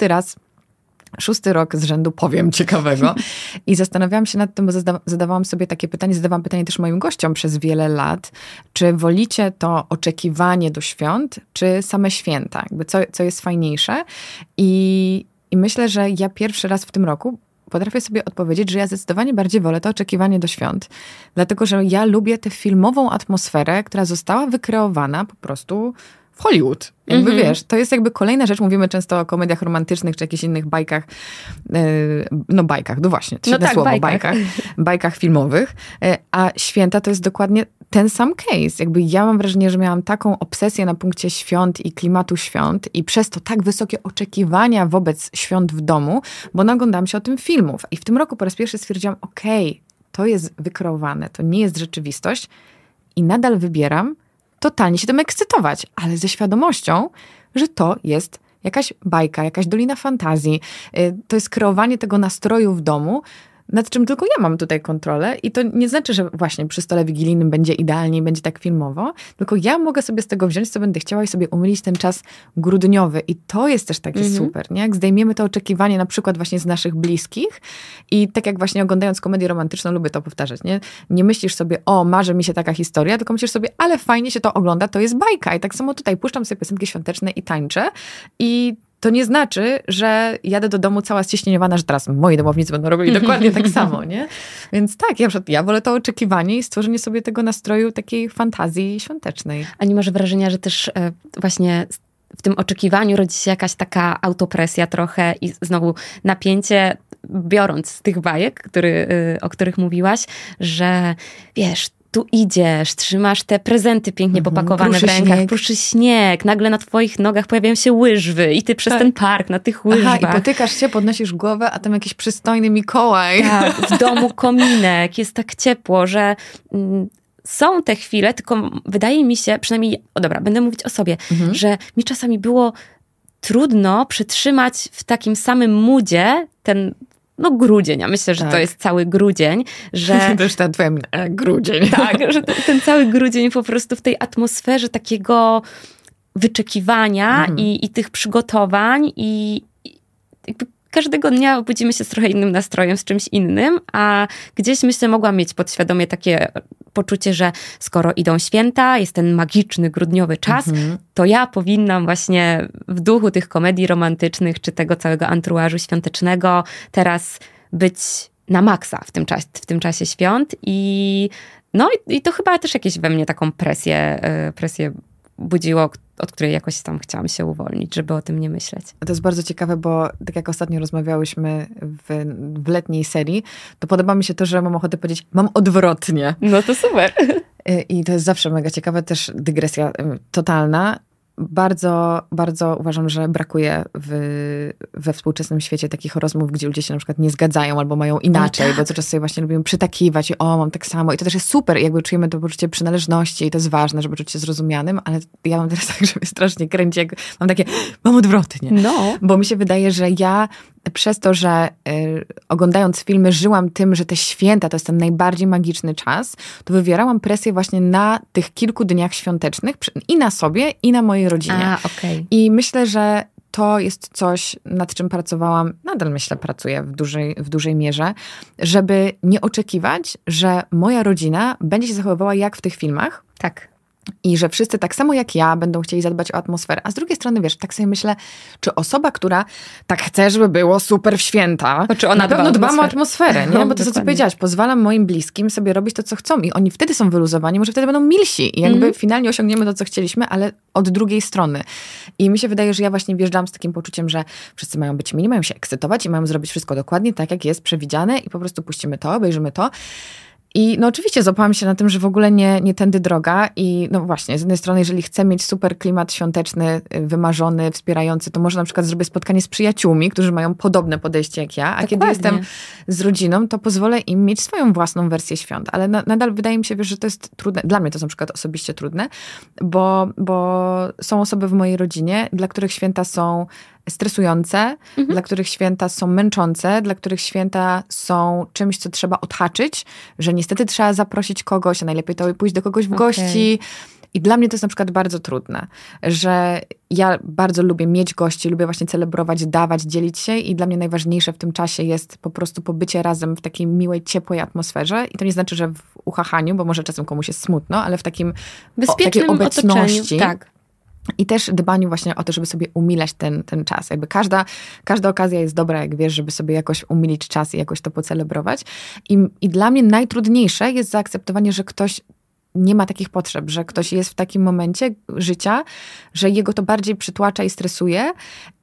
szósty rok z rzędu powiem ciekawego. I zastanawiałam się nad tym, bo zadawałam sobie takie pytanie, zadawałam pytanie też moim gościom przez wiele lat, czy wolicie to oczekiwanie do świąt, czy same święta? Jakby co jest fajniejsze? I myślę, że ja pierwszy raz w tym roku potrafię sobie odpowiedzieć, że ja zdecydowanie bardziej wolę to oczekiwanie do świąt. Dlatego, że ja lubię tę filmową atmosferę, która została wykreowana po prostu w Hollywood. Jakby wiesz, to jest jakby kolejna rzecz. Mówimy często o komediach romantycznych, czy jakichś innych bajkach. Bajkach, no właśnie, to świetne słowo, bajkach filmowych. A święta to jest dokładnie ten sam case. Jakby ja mam wrażenie, że miałam taką obsesję na punkcie świąt i klimatu świąt i przez to tak wysokie oczekiwania wobec świąt w domu, bo naglądałam się o tym filmów. I w tym roku po raz pierwszy stwierdziłam, to jest wykreowane, to nie jest rzeczywistość i nadal wybieram totalnie się tym ekscytować, ale ze świadomością, że to jest jakaś bajka, jakaś dolina fantazji. To jest kreowanie tego nastroju w domu, nad czym tylko ja mam tutaj kontrolę i to nie znaczy, że właśnie przy stole wigilijnym będzie idealnie i będzie tak filmowo, tylko ja mogę sobie z tego wziąć, co będę chciała i sobie umylić ten czas grudniowy i to jest też takie super, nie? Jak zdejmiemy to oczekiwanie na przykład właśnie z naszych bliskich i tak jak właśnie oglądając komedię romantyczną, lubię to powtarzać, nie? Nie myślisz sobie, marzy mi się taka historia, tylko myślisz sobie, ale fajnie się to ogląda, to jest bajka i tak samo tutaj puszczam sobie piosenki świąteczne i tańczę i to nie znaczy, że jadę do domu cała ścieśnieniowana, że teraz moi domownicy będą robili dokładnie tak samo, nie? Więc tak, ja wolę to oczekiwanie i stworzenie sobie tego nastroju takiej fantazji świątecznej. A nie masz wrażenia, że też właśnie w tym oczekiwaniu rodzi się jakaś taka autopresja trochę i znowu napięcie, biorąc z tych bajek, o których mówiłaś, że wiesz, tu idziesz, trzymasz te prezenty pięknie popakowane w rękach, pruszy śnieg, nagle na twoich nogach pojawiają się łyżwy i ty przez ten park na tych łyżwach. I potykasz się, podnosisz głowę, a tam jakiś przystojny Mikołaj. Tak, w domu kominek, jest tak ciepło, że są te chwile, tylko wydaje mi się, przynajmniej, będę mówić o sobie, że mi czasami było trudno przytrzymać w takim samym moodzie ten grudzień, a myślę, że to jest cały grudzień, że... To już ten twój grudzień. Tak, że ten cały grudzień po prostu w tej atmosferze takiego wyczekiwania i tych przygotowań i jakby każdego dnia obudzimy się z trochę innym nastrojem, z czymś innym, a gdzieś myślę, mogłam mieć podświadomie takie poczucie, że skoro idą święta, jest ten magiczny, grudniowy czas, to ja powinnam właśnie w duchu tych komedii romantycznych, czy tego całego anturażu świątecznego teraz być na maksa w tym czasie świąt i to chyba też jakieś we mnie taką presję budziło, od której jakoś tam chciałam się uwolnić, żeby o tym nie myśleć. To jest bardzo ciekawe, bo tak jak ostatnio rozmawiałyśmy w letniej serii, to podoba mi się to, że mam ochotę powiedzieć, mam odwrotnie. No to super. I to jest zawsze mega ciekawe, też dygresja totalna. Bardzo, bardzo uważam, że brakuje we współczesnym świecie takich rozmów, gdzie ludzie się na przykład nie zgadzają albo mają inaczej, bo cały czas sobie właśnie lubimy przytakiwać i mam tak samo. I to też jest super, jakby czujemy to poczucie przynależności i to jest ważne, żeby czuć się zrozumianym, ale ja mam teraz tak, że mnie strasznie kręci, jak mam odwrotnie. Bo mi się wydaje, że ja przez to, że oglądając filmy żyłam tym, że te święta to jest ten najbardziej magiczny czas, to wywierałam presję właśnie na tych kilku dniach świątecznych i na sobie, i na mojej rodzinie. I myślę, że to jest coś, nad czym pracowałam, nadal myślę, pracuję w dużej mierze, żeby nie oczekiwać, że moja rodzina będzie się zachowywała jak w tych filmach. Tak. I że wszyscy tak samo jak ja będą chcieli zadbać o atmosferę. A z drugiej strony, wiesz, tak sobie myślę, czy osoba, która tak chce, żeby było super w święta, to czy ona na pewno dbam o atmosferę, nie? No, Bo to co powiedziałaś, pozwalam moim bliskim sobie robić to, co chcą i oni wtedy są wyluzowani, może wtedy będą milsi i jakby finalnie osiągniemy to, co chcieliśmy, ale od drugiej strony. I mi się wydaje, że ja właśnie wjeżdżam z takim poczuciem, że wszyscy mają być mili, mają się ekscytować i mają zrobić wszystko dokładnie tak, jak jest przewidziane i po prostu puścimy to, obejrzymy to. I no oczywiście złapałam się na tym, że w ogóle nie tędy droga i no właśnie, z jednej strony, jeżeli chcę mieć super klimat świąteczny, wymarzony, wspierający, to może na przykład zrobię spotkanie z przyjaciółmi, którzy mają podobne podejście jak ja, a kiedy jestem z rodziną, to pozwolę im mieć swoją własną wersję świąt, ale nadal wydaje mi się, wiesz, że to jest trudne, dla mnie to jest na przykład osobiście trudne, bo są osoby w mojej rodzinie, dla których święta są stresujące, dla których święta są męczące, dla których święta są czymś, co trzeba odhaczyć, że niestety trzeba zaprosić kogoś, a najlepiej to pójść do kogoś w gości. I dla mnie to jest na przykład bardzo trudne, że ja bardzo lubię mieć gości, lubię właśnie celebrować, dawać, dzielić się i dla mnie najważniejsze w tym czasie jest po prostu pobycie razem w takiej miłej, ciepłej atmosferze i to nie znaczy, że w uchachaniu, bo może czasem komuś jest smutno, ale w takim bezpiecznym takiej obecności. Otoczeniu. Tak. I też dbaniu właśnie o to, żeby sobie umilać ten czas. Jakby każda okazja jest dobra, jak wiesz, żeby sobie jakoś umilić czas i jakoś to pocelebrować. I dla mnie najtrudniejsze jest zaakceptowanie, że ktoś nie ma takich potrzeb, że ktoś jest w takim momencie życia, że jego to bardziej przytłacza i stresuje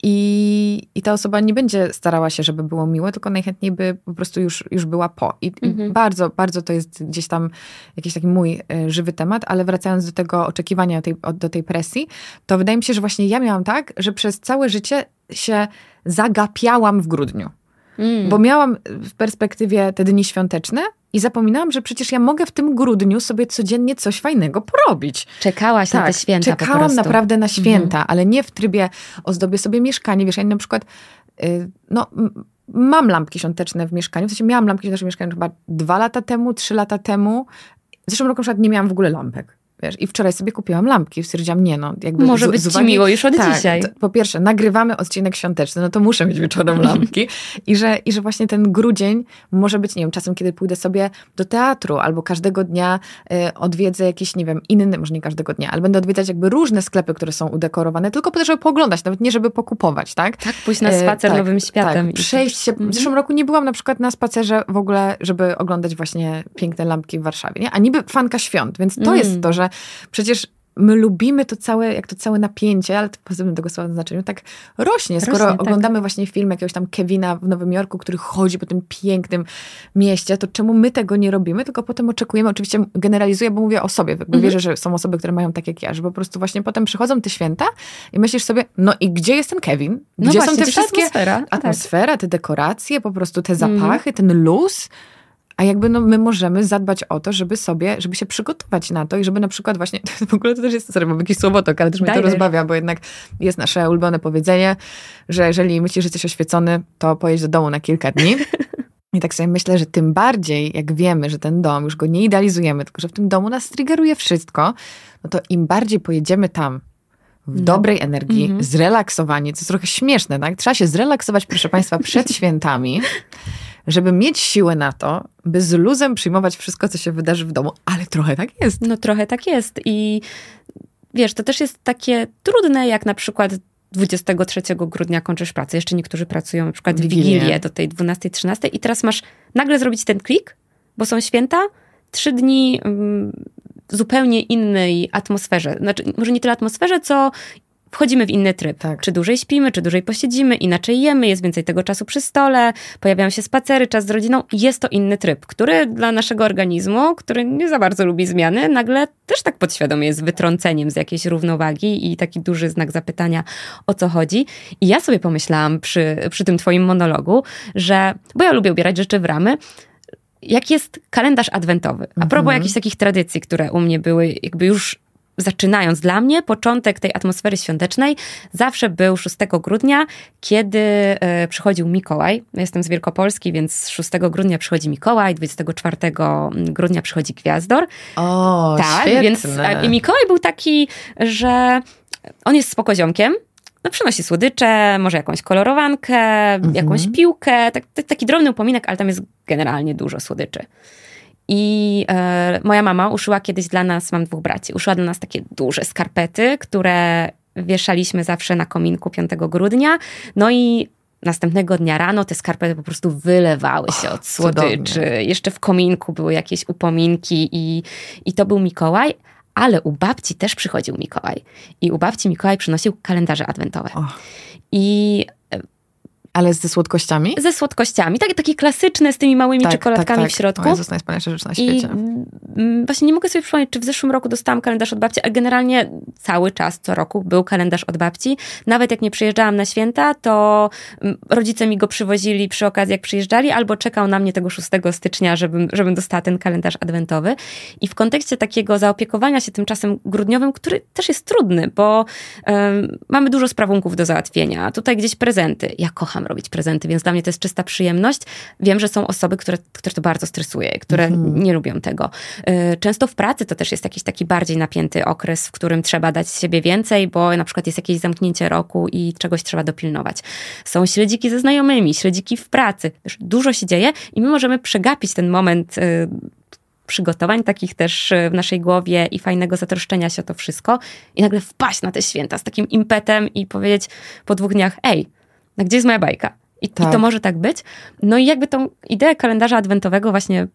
i ta osoba nie będzie starała się, żeby było miłe, tylko najchętniej by po prostu już była po. I bardzo, bardzo to jest gdzieś tam jakiś taki mój żywy temat, ale wracając do tego oczekiwania, do tej presji, to wydaje mi się, że właśnie ja miałam tak, że przez całe życie się zagapiałam w grudniu. Bo miałam w perspektywie te dni świąteczne i zapominałam, że przecież ja mogę w tym grudniu sobie codziennie coś fajnego porobić. Czekałaś na te święta po prostu. Czekałam naprawdę na święta, ale nie w trybie ozdobię sobie mieszkanie. Wiesz, ja na przykład mam lampki świąteczne w mieszkaniu. W sensie miałam lampki świąteczne w mieszkaniu chyba 2 lata temu, 3 lata temu. W zeszłym roku na przykład nie miałam w ogóle lampek. Wiesz, i wczoraj sobie kupiłam lampki. Stwierdziłam, jakby może być ci miło już od dzisiaj. Po pierwsze, nagrywamy odcinek świąteczny, no to muszę mieć wieczorem lampki. I że właśnie ten grudzień może być, nie wiem, czasem, kiedy pójdę sobie do teatru, albo każdego dnia odwiedzę jakiś, nie wiem, inny, może nie każdego dnia, ale będę odwiedzać jakby różne sklepy, które są udekorowane, tylko po to, żeby pooglądać, nawet nie, żeby pokupować, tak? Tak, pójść na spacer nowym światem. Tak, przejść się. W zeszłym roku nie byłam na przykład na spacerze w ogóle, żeby oglądać właśnie piękne lampki w Warszawie, nie? A niby fanka świąt, więc to jest to, że przecież my lubimy to całe napięcie, ale to w pozytywnym tego słowa znaczeniu tak rośnie. Skoro oglądamy właśnie film jakiegoś tam Kevina w Nowym Jorku, który chodzi po tym pięknym mieście, to czemu my tego nie robimy, tylko potem oczekujemy, oczywiście generalizuję, bo mówię o sobie, jakby wierzę, że są osoby, które mają tak jak ja, że po prostu właśnie potem przychodzą te święta i myślisz sobie, no i gdzie jest ten Kevin? Gdzie są te wszystkie atmosfera, te dekoracje, po prostu te zapachy, ten luz? A jakby my możemy zadbać o to, żeby się przygotować na to i żeby na przykład właśnie, w ogóle to też jest, sorry, mam jakiś słowotok, ale też mnie to rozbawia, bo jednak jest nasze ulubione powiedzenie, że jeżeli myślisz, że jesteś oświecony, to pojedź do domu na kilka dni. I tak sobie myślę, że tym bardziej, jak wiemy, że ten dom, już go nie idealizujemy, tylko że w tym domu nas triggeruje wszystko, no to im bardziej pojedziemy tam w dobrej energii, zrelaksowani, co jest trochę śmieszne, tak? Trzeba się zrelaksować, proszę Państwa, przed świętami, żeby mieć siłę na to, by z luzem przyjmować wszystko, co się wydarzy w domu. Ale trochę tak jest. No trochę tak jest. I wiesz, to też jest takie trudne, jak na przykład 23 grudnia kończysz pracę. Jeszcze niektórzy pracują na przykład w Wigilię do tej 12-13 i teraz masz nagle zrobić ten klik, bo są święta, 3 dni zupełnie innej atmosferze. Znaczy, może nie tyle atmosferze, co wchodzimy w inny tryb. Tak. Czy dłużej śpimy, czy dłużej posiedzimy, inaczej jemy, jest więcej tego czasu przy stole, pojawiają się spacery, czas z rodziną. Jest to inny tryb, który dla naszego organizmu, który nie za bardzo lubi zmiany, nagle też tak podświadomie jest wytrąceniem z jakiejś równowagi i taki duży znak zapytania, o co chodzi. I ja sobie pomyślałam przy tym twoim monologu, że, bo ja lubię ubierać rzeczy w ramy, jak jest kalendarz adwentowy. A propos jakichś takich tradycji, które u mnie były jakby już zaczynając, dla mnie początek tej atmosfery świątecznej zawsze był 6 grudnia, kiedy przychodził Mikołaj. Ja jestem z Wielkopolski, więc 6 grudnia przychodzi Mikołaj, 24 grudnia przychodzi Gwiazdor. O, tak, świetne. Więc i Mikołaj był taki, że on jest spokoziomkiem, no przynosi słodycze, może jakąś kolorowankę, jakąś piłkę, taki drobny upominek, ale tam jest generalnie dużo słodyczy. I moja mama uszyła kiedyś dla nas, mam 2 braci, uszyła dla nas takie duże skarpety, które wieszaliśmy zawsze na kominku 5 grudnia. No i następnego dnia rano te skarpety po prostu wylewały się od słodyczy. Cudownie. Jeszcze w kominku były jakieś upominki i to był Mikołaj. Ale u babci też przychodził Mikołaj. I u babci Mikołaj przynosił kalendarze adwentowe. Ale ze słodkościami? Ze słodkościami. Takie klasyczne, z tymi małymi czekoladkami w środku. To jest najwspanialsza rzecz na świecie. I właśnie nie mogę sobie przypomnieć, czy w zeszłym roku dostałam kalendarz od babci, ale generalnie cały czas, co roku był kalendarz od babci. Nawet jak nie przyjeżdżałam na święta, to rodzice mi go przywozili przy okazji, jak przyjeżdżali, albo czekał na mnie tego 6 stycznia, żebym dostała ten kalendarz adwentowy. I w kontekście takiego zaopiekowania się tym czasem grudniowym, który też jest trudny, bo mamy dużo sprawunków do załatwienia. Tutaj gdzieś prezenty. Ja kocham robić prezenty, więc dla mnie to jest czysta przyjemność. Wiem, że są osoby, które to bardzo stresuje, które nie lubią tego. Często w pracy to też jest jakiś taki bardziej napięty okres, w którym trzeba dać z siebie więcej, bo na przykład jest jakieś zamknięcie roku i czegoś trzeba dopilnować. Są śledziki ze znajomymi, śledziki w pracy. Wiesz, dużo się dzieje i my możemy przegapić ten moment przygotowań takich też w naszej głowie i fajnego zatroszczenia się o to wszystko i nagle wpaść na te święta z takim impetem i powiedzieć po 2 dniach, a gdzie jest moja bajka? I to może tak być. No i jakby tą ideę kalendarza adwentowego właśnie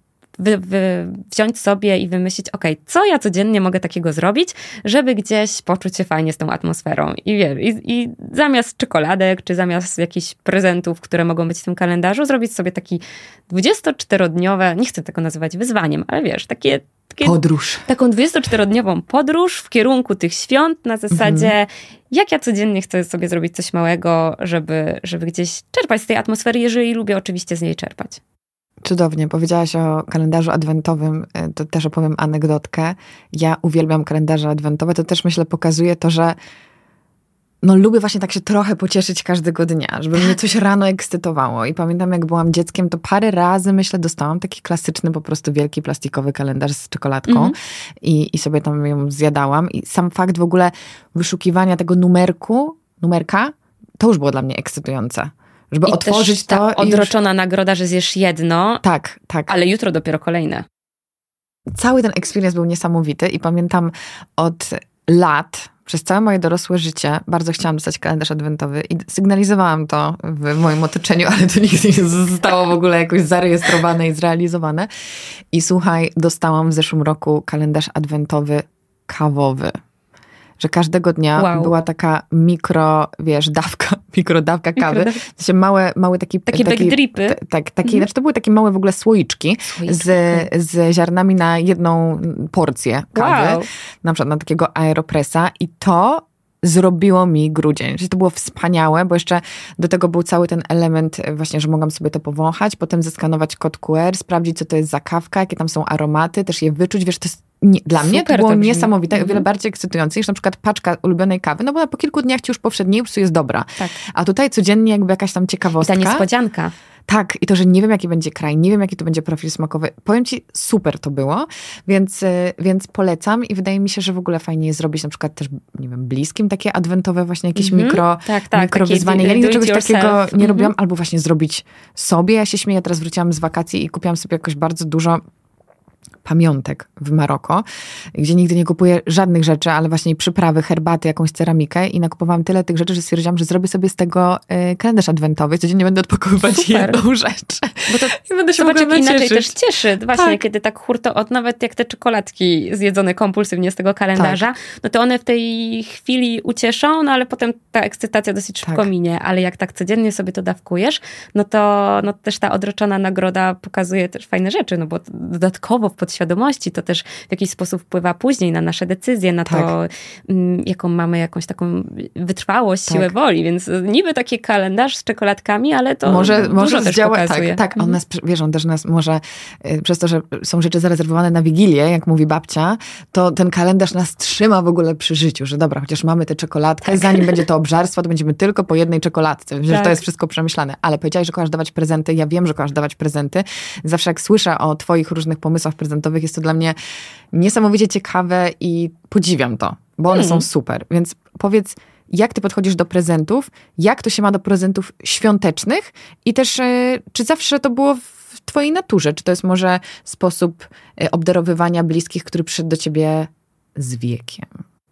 wziąć sobie i wymyślić, co ja codziennie mogę takiego zrobić, żeby gdzieś poczuć się fajnie z tą atmosferą. I wiesz, i zamiast czekoladek, czy zamiast jakichś prezentów, które mogą być w tym kalendarzu, zrobić sobie taki 24-dniowe, nie chcę tego nazywać wyzwaniem, ale wiesz, podróż. Taką 24-dniową podróż w kierunku tych świąt na zasadzie, jak ja codziennie chcę sobie zrobić coś małego, żeby gdzieś czerpać z tej atmosfery, jeżeli lubię oczywiście z niej czerpać. Cudownie. Powiedziałaś o kalendarzu adwentowym, to też opowiem anegdotkę. Ja uwielbiam kalendarze adwentowe, to też myślę pokazuje to, że lubię właśnie tak się trochę pocieszyć każdego dnia, żeby mnie coś rano ekscytowało. I pamiętam, jak byłam dzieckiem, to parę razy, myślę, dostałam taki klasyczny, po prostu wielki plastikowy kalendarz z czekoladką i sobie tam ją zjadałam. I sam fakt w ogóle wyszukiwania tego numerka, to już było dla mnie ekscytujące. Żeby I otworzyć też to. Ta odroczona nagroda, że zjesz jedno, tak. Ale jutro dopiero kolejne. Cały ten experience był niesamowity i pamiętam od lat, przez całe moje dorosłe życie bardzo chciałam dostać kalendarz adwentowy i sygnalizowałam to w moim otoczeniu, ale to nigdy nie zostało w ogóle jakoś zarejestrowane i zrealizowane. I słuchaj, dostałam w zeszłym roku kalendarz adwentowy kawowy. Że każdego dnia była taka mikrodawka kawy. W sensie małe takie backdripy. Znaczy to były takie małe w ogóle słoiczki z ziarnami na jedną porcję kawy. Na przykład na takiego Aeropressa i to zrobiło mi grudzień. Czyli to było wspaniałe, bo jeszcze do tego był cały ten element właśnie, że mogłam sobie to powąchać, potem zeskanować kod QR, sprawdzić, co to jest za kawka, jakie tam są aromaty, też je wyczuć. Wiesz, to jest dla mnie to było niesamowite, o wiele bardziej ekscytujące niż na przykład paczka ulubionej kawy, no bo po kilku dniach ci już powszedniej po prostu jest dobra. Tak. A tutaj codziennie jakby jakaś tam ciekawostka. I ta niespodzianka. Tak, i to, że nie wiem, jaki będzie kraj, nie wiem, jaki to będzie profil smakowy. Powiem ci, super to było, więc polecam i wydaje mi się, że w ogóle fajnie jest zrobić na przykład też, nie wiem, bliskim takie adwentowe właśnie jakieś mikrowyzwanie. Ja nigdy czegoś takiego nie robiłam, albo właśnie zrobić sobie. Ja się śmieję, teraz wróciłam z wakacji i kupiłam sobie jakoś bardzo dużo pamiątek w Maroko, gdzie nigdy nie kupuję żadnych rzeczy, ale właśnie przyprawy, herbaty, jakąś ceramikę i nakupowałam tyle tych rzeczy, że stwierdziłam, że zrobię sobie z tego kalendarz adwentowy. Codziennie będę odpakowywać jedną rzecz. Bo to i będę się inaczej cieszyć. Też cieszy. Właśnie, kiedy tak hurto od nawet jak te czekoladki zjedzone kompulsywnie z tego kalendarza, no to one w tej chwili ucieszą, no ale potem ta ekscytacja dosyć szybko minie. Ale jak tak codziennie sobie to dawkujesz, no to też ta odroczona nagroda pokazuje też fajne rzeczy, no bo dodatkowo w podświadomości to też w jakiś sposób wpływa później na nasze decyzje, na to, jaką mamy jakąś taką wytrwałość, siłę woli, więc niby taki kalendarz z czekoladkami, ale to może też pokazuje. Tak, on nas, wiesz, on też nas może, przez to, że są rzeczy zarezerwowane na Wigilię, jak mówi babcia, to ten kalendarz nas trzyma w ogóle przy życiu, że dobra, chociaż mamy tę czekoladkę, zanim będzie to obżarstwo, to będziemy tylko po jednej czekoladce, że to jest wszystko przemyślane. Ale powiedziałaś, że kochasz dawać prezenty, ja wiem, że kochasz dawać prezenty. Zawsze jak słyszę o twoich różnych pomysłach prezentowych, jest to dla mnie niesamowicie ciekawe i podziwiam to, bo one są super. Więc powiedz, jak ty podchodzisz do prezentów, jak to się ma do prezentów świątecznych i też czy zawsze to było w twojej naturze? Czy to jest może sposób obdarowywania bliskich, który przyszedł do ciebie z wiekiem?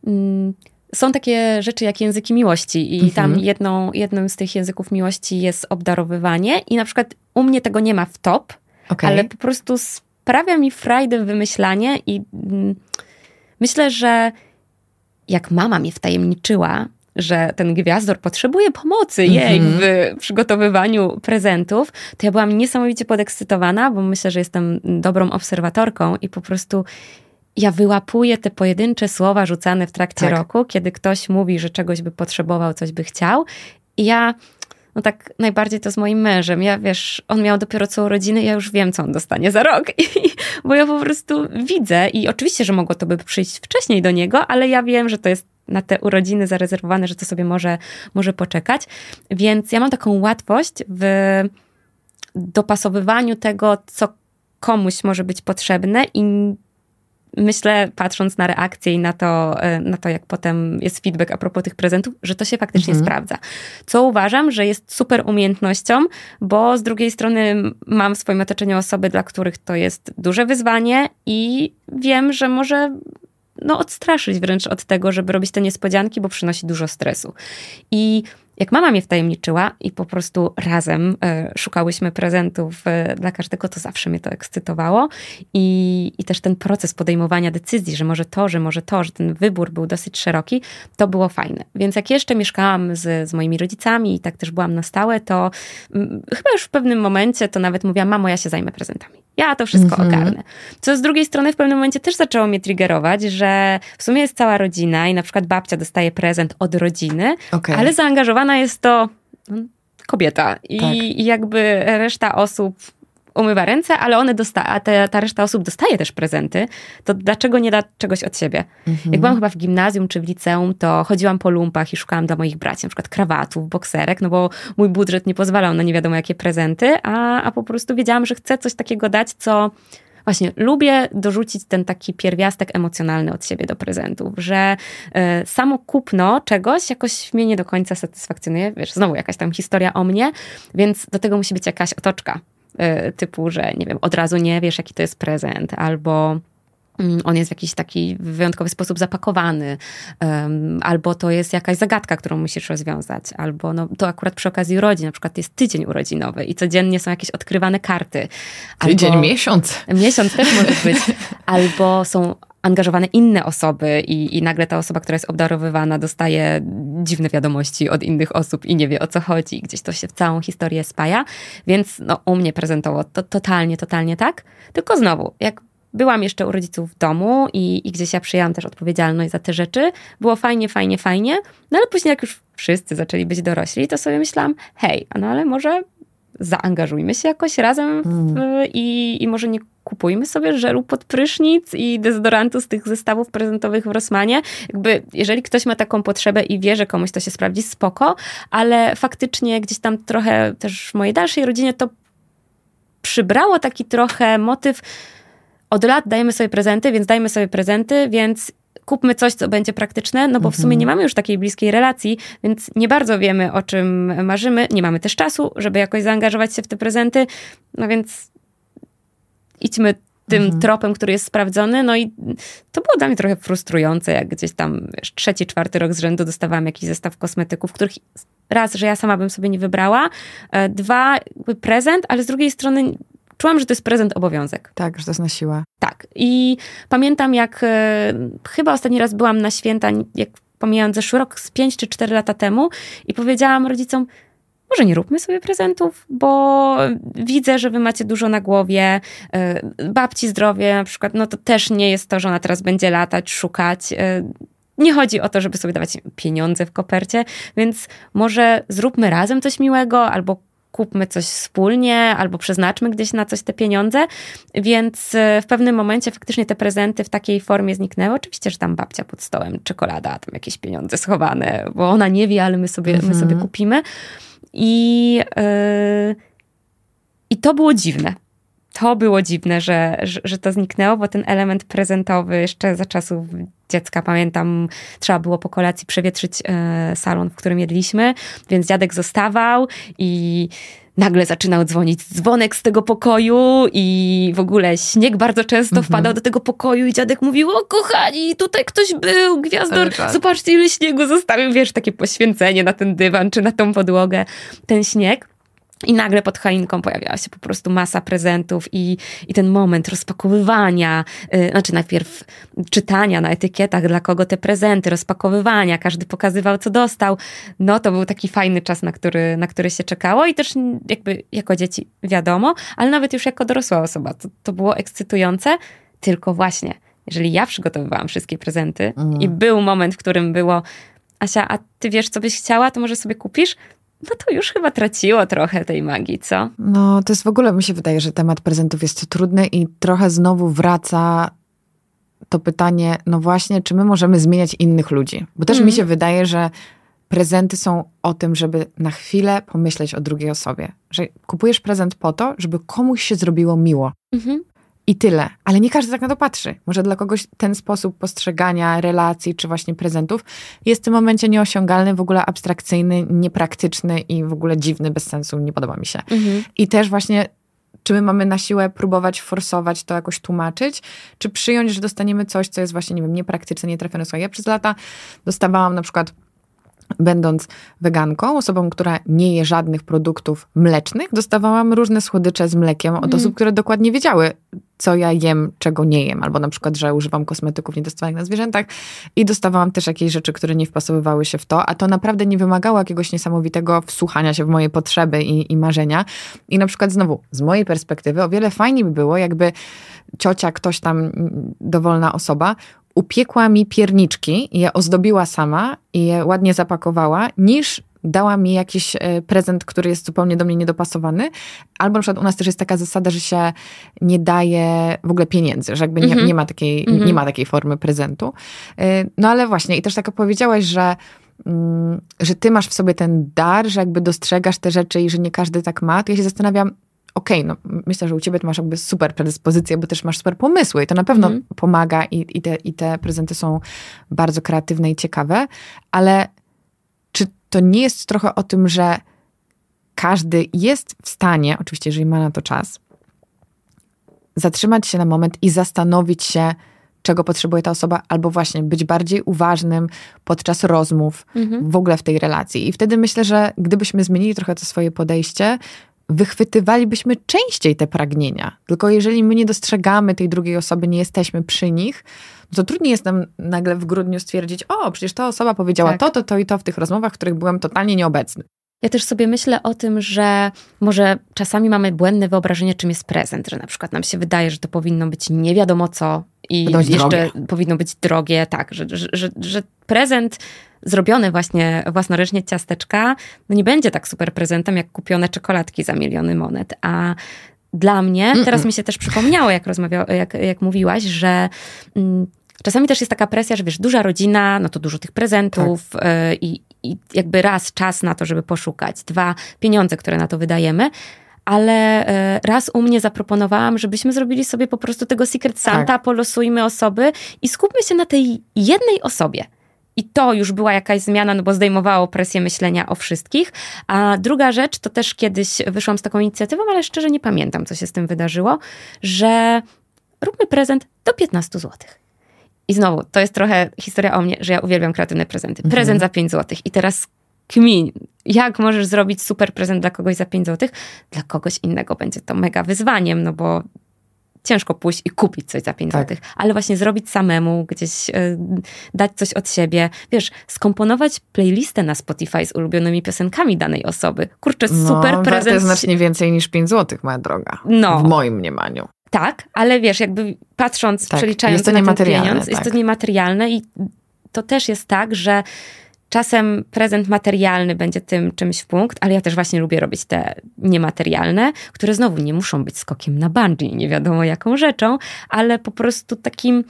Są takie rzeczy jak języki miłości i tam jednym z tych języków miłości jest obdarowywanie i na przykład u mnie tego nie ma w top, ale po prostu sprawia mi frajdę wymyślanie i myślę, że jak mama mnie wtajemniczyła, że ten gwiazdor potrzebuje pomocy jej w przygotowywaniu prezentów, to ja byłam niesamowicie podekscytowana, bo myślę, że jestem dobrą obserwatorką i po prostu ja wyłapuję te pojedyncze słowa rzucane w trakcie roku, kiedy ktoś mówi, że czegoś by potrzebował, coś by chciał. I ja, no tak najbardziej to z moim mężem. Ja, wiesz, on miał dopiero co urodziny, ja już wiem, co on dostanie za rok. Bo ja po prostu widzę i oczywiście, że mogło to by przyjść wcześniej do niego, ale ja wiem, że to jest na te urodziny zarezerwowane, że to sobie może poczekać. Więc ja mam taką łatwość w dopasowywaniu tego, co komuś może być potrzebne i myślę, patrząc na reakcję i na to, jak potem jest feedback a propos tych prezentów, że to się faktycznie sprawdza. Co uważam, że jest super umiejętnością, bo z drugiej strony mam w swoim otoczeniu osoby, dla których to jest duże wyzwanie i wiem, że może odstraszyć wręcz od tego, żeby robić te niespodzianki, bo przynosi dużo stresu. I jak mama mnie wtajemniczyła i po prostu razem szukałyśmy prezentów dla każdego, to zawsze mnie to ekscytowało. I też ten proces podejmowania decyzji, że może to, że ten wybór był dosyć szeroki, to było fajne. Więc jak jeszcze mieszkałam z moimi rodzicami i tak też byłam na stałe, to chyba już w pewnym momencie to nawet mówiłam, mamo, ja się zajmę prezentami. Ja to wszystko ogarnę. Co z drugiej strony w pewnym momencie też zaczęło mnie triggerować, że w sumie jest cała rodzina i na przykład babcia dostaje prezent od rodziny, ale zaangażowana jest to kobieta. I jakby reszta osób umywa ręce, ale ta reszta osób dostaje też prezenty, to dlaczego nie da czegoś od siebie? Jak byłam chyba w gimnazjum czy w liceum, to chodziłam po lumpach i szukałam dla moich braci na przykład krawatów, bokserek, no bo mój budżet nie pozwalał na nie wiadomo jakie prezenty, a po prostu wiedziałam, że chcę coś takiego dać, co właśnie lubię dorzucić ten taki pierwiastek emocjonalny od siebie do prezentów, że samo kupno czegoś jakoś mnie nie do końca satysfakcjonuje. Wiesz, znowu jakaś tam historia o mnie, więc do tego musi być jakaś otoczka. Typu, że nie wiem, od razu nie wiesz, jaki to jest prezent, albo on jest w jakiś taki wyjątkowy sposób zapakowany, albo to jest jakaś zagadka, którą musisz rozwiązać, albo to akurat przy okazji urodzin, na przykład jest tydzień urodzinowy i codziennie są jakieś odkrywane karty. Tydzień, miesiąc. Miesiąc też może być. Albo są angażowane inne osoby i nagle ta osoba, która jest obdarowywana, dostaje dziwne wiadomości od innych osób i nie wie, o co chodzi. Gdzieś to się w całą historię spaja. Więc u mnie prezentowo to totalnie tak. Tylko znowu, jak byłam jeszcze u rodziców w domu i gdzieś ja przyjęłam też odpowiedzialność za te rzeczy, było fajnie. No ale później jak już wszyscy zaczęli być dorośli, to sobie myślałam, hej, ale może zaangażujmy się jakoś razem i może nie kupujmy sobie żelu pod prysznic i dezodorantu z tych zestawów prezentowych w Rossmanie. Jakby, jeżeli ktoś ma taką potrzebę i wie, że komuś to się sprawdzi, spoko, ale faktycznie gdzieś tam trochę też w mojej dalszej rodzinie to przybrało taki trochę motyw, od lat dajemy sobie prezenty, więc kupmy coś, co będzie praktyczne, no bo w sumie nie mamy już takiej bliskiej relacji, więc nie bardzo wiemy, o czym marzymy. Nie mamy też czasu, żeby jakoś zaangażować się w te prezenty. No więc idźmy tym tropem, który jest sprawdzony. No i to było dla mnie trochę frustrujące, jak gdzieś tam 3., 4. rok z rzędu dostawałam jakiś zestaw kosmetyków, których raz, że ja sama bym sobie nie wybrała, 2, prezent, ale z drugiej strony czułam, że to jest prezent obowiązek. Tak, że to jest na siłę. Tak. I pamiętam, jak chyba ostatni raz byłam na święta, jak pomijając zeszły rok, z 5 czy 4 lata temu i powiedziałam rodzicom, może nie róbmy sobie prezentów, bo widzę, że wy macie dużo na głowie. Babci zdrowie na przykład, no to też nie jest to, że ona teraz będzie latać, szukać. Nie chodzi o to, żeby sobie dawać pieniądze w kopercie, więc może zróbmy razem coś miłego, albo kupmy coś wspólnie, albo przeznaczmy gdzieś na coś te pieniądze. Więc w pewnym momencie faktycznie te prezenty w takiej formie zniknęły. Oczywiście, że tam babcia pod stołem, czekolada, tam jakieś pieniądze schowane, bo ona nie wie, ale my sobie kupimy. I to było dziwne. to było dziwne, że to zniknęło, bo ten element prezentowy jeszcze za czasów dziecka, pamiętam, trzeba było po kolacji przewietrzyć salon, w którym jedliśmy, więc dziadek zostawał i nagle zaczynał dzwonić dzwonek z tego pokoju i w ogóle śnieg bardzo często wpadał do tego pokoju i dziadek mówił, o kochani, tutaj ktoś był, gwiazdor, zobaczcie ile śniegu zostawił, wiesz, takie poświęcenie na ten dywan czy na tą podłogę, ten śnieg. I nagle pod choinką pojawiała się po prostu masa prezentów i ten moment rozpakowywania, znaczy najpierw czytania na etykietach, dla kogo te prezenty, rozpakowywania, każdy pokazywał, co dostał. No to był taki fajny czas, na który się czekało i też jakby jako dzieci wiadomo, ale nawet już jako dorosła osoba to było ekscytujące, tylko właśnie, jeżeli ja przygotowywałam wszystkie prezenty i był moment, w którym było Asia, a ty wiesz, co byś chciała, to może sobie kupisz? No to już chyba traciło trochę tej magii, co? No to jest w ogóle, mi się wydaje, że temat prezentów jest trudny i trochę znowu wraca to pytanie, no właśnie, czy my możemy zmieniać innych ludzi? Bo też mi się wydaje, że prezenty są o tym, żeby na chwilę pomyśleć o drugiej osobie. Że kupujesz prezent po to, żeby komuś się zrobiło miło. I tyle. Ale nie każdy tak na to patrzy. Może dla kogoś ten sposób postrzegania relacji, czy właśnie prezentów jest w tym momencie nieosiągalny, w ogóle abstrakcyjny, niepraktyczny i w ogóle dziwny, bez sensu, nie podoba mi się. I też właśnie, czy my mamy na siłę próbować forsować to, jakoś tłumaczyć, czy przyjąć, że dostaniemy coś, co jest właśnie, nie wiem, niepraktyczne, nietrafione. Słuchaj, ja przez lata dostawałam na przykład, będąc weganką, osobą, która nie je żadnych produktów mlecznych, dostawałam różne słodycze z mlekiem od osób, które dokładnie wiedziały, co ja jem, czego nie jem. Albo na przykład, że używam kosmetyków nietestowanych na zwierzętach i dostawałam też jakieś rzeczy, które nie wpasowywały się w to, a to naprawdę nie wymagało jakiegoś niesamowitego wsłuchania się w moje potrzeby i marzenia. I na przykład znowu, z mojej perspektywy, o wiele fajniej by było, jakby ciocia, ktoś tam, dowolna osoba, upiekła mi pierniczki i je ozdobiła sama i je ładnie zapakowała, niż dała mi jakiś prezent, który jest zupełnie do mnie niedopasowany. Albo na przykład u nas też jest taka zasada, że się nie daje w ogóle pieniędzy, że jakby nie ma takiej formy prezentu. No ale właśnie, i też tak powiedziałaś, że ty masz w sobie ten dar, że jakby dostrzegasz te rzeczy i że nie każdy tak ma, to ja się zastanawiam, okej, no myślę, że u ciebie to masz jakby super predyspozycje, bo też masz super pomysły i to na pewno pomaga i te prezenty są bardzo kreatywne i ciekawe, ale czy to nie jest trochę o tym, że każdy jest w stanie, oczywiście jeżeli ma na to czas, zatrzymać się na moment i zastanowić się, czego potrzebuje ta osoba, albo właśnie być bardziej uważnym podczas rozmów w ogóle w tej relacji. I wtedy myślę, że gdybyśmy zmienili trochę to swoje podejście, wychwytywalibyśmy częściej te pragnienia. Tylko jeżeli my nie dostrzegamy tej drugiej osoby, nie jesteśmy przy nich, to trudniej jest nam nagle w grudniu stwierdzić, o, przecież ta osoba powiedziała to i to w tych rozmowach, w których byłem totalnie nieobecny. Ja też sobie myślę o tym, że może czasami mamy błędne wyobrażenie, czym jest prezent, że na przykład nam się wydaje, że to powinno być nie wiadomo co i jeszcze drogie. Powinno być drogie, tak, że prezent zrobione właśnie własnoręcznie ciasteczka, no nie będzie tak super prezentem, jak kupione czekoladki za miliony monet, a dla mnie, teraz mi się też przypomniało, jak mówiłaś, że czasami też jest taka presja, że wiesz, duża rodzina, no to dużo tych prezentów i jakby raz czas na to, żeby poszukać, 2 pieniądze, które na to wydajemy, ale raz u mnie zaproponowałam, żebyśmy zrobili sobie po prostu tego Secret Santa, polosujmy osoby i skupmy się na tej jednej osobie. I to już była jakaś zmiana, no bo zdejmowało presję myślenia o wszystkich. A druga rzecz, to też kiedyś wyszłam z taką inicjatywą, ale szczerze nie pamiętam, co się z tym wydarzyło, że róbmy prezent do 15 zł. I znowu, to jest trochę historia o mnie, że ja uwielbiam kreatywne prezenty. Prezent za 5 zł. I teraz kmin, jak możesz zrobić super prezent dla kogoś za 5 zł? Dla kogoś innego będzie to mega wyzwaniem, no bo ciężko pójść i kupić coś za 5 zł. Ale właśnie zrobić samemu, gdzieś dać coś od siebie. Wiesz, skomponować playlistę na Spotify z ulubionymi piosenkami danej osoby. Kurczę, super prezent. To jest znacznie więcej niż 5 zł, moja droga. No. W moim mniemaniu. Tak, ale wiesz, jakby patrząc, przeliczając na ten pieniądz, jest to niematerialne i to też jest tak, że czasem prezent materialny będzie tym czymś w punkt, ale ja też właśnie lubię robić te niematerialne, które znowu nie muszą być skokiem na bungee, nie wiadomo jaką rzeczą, ale po prostu takim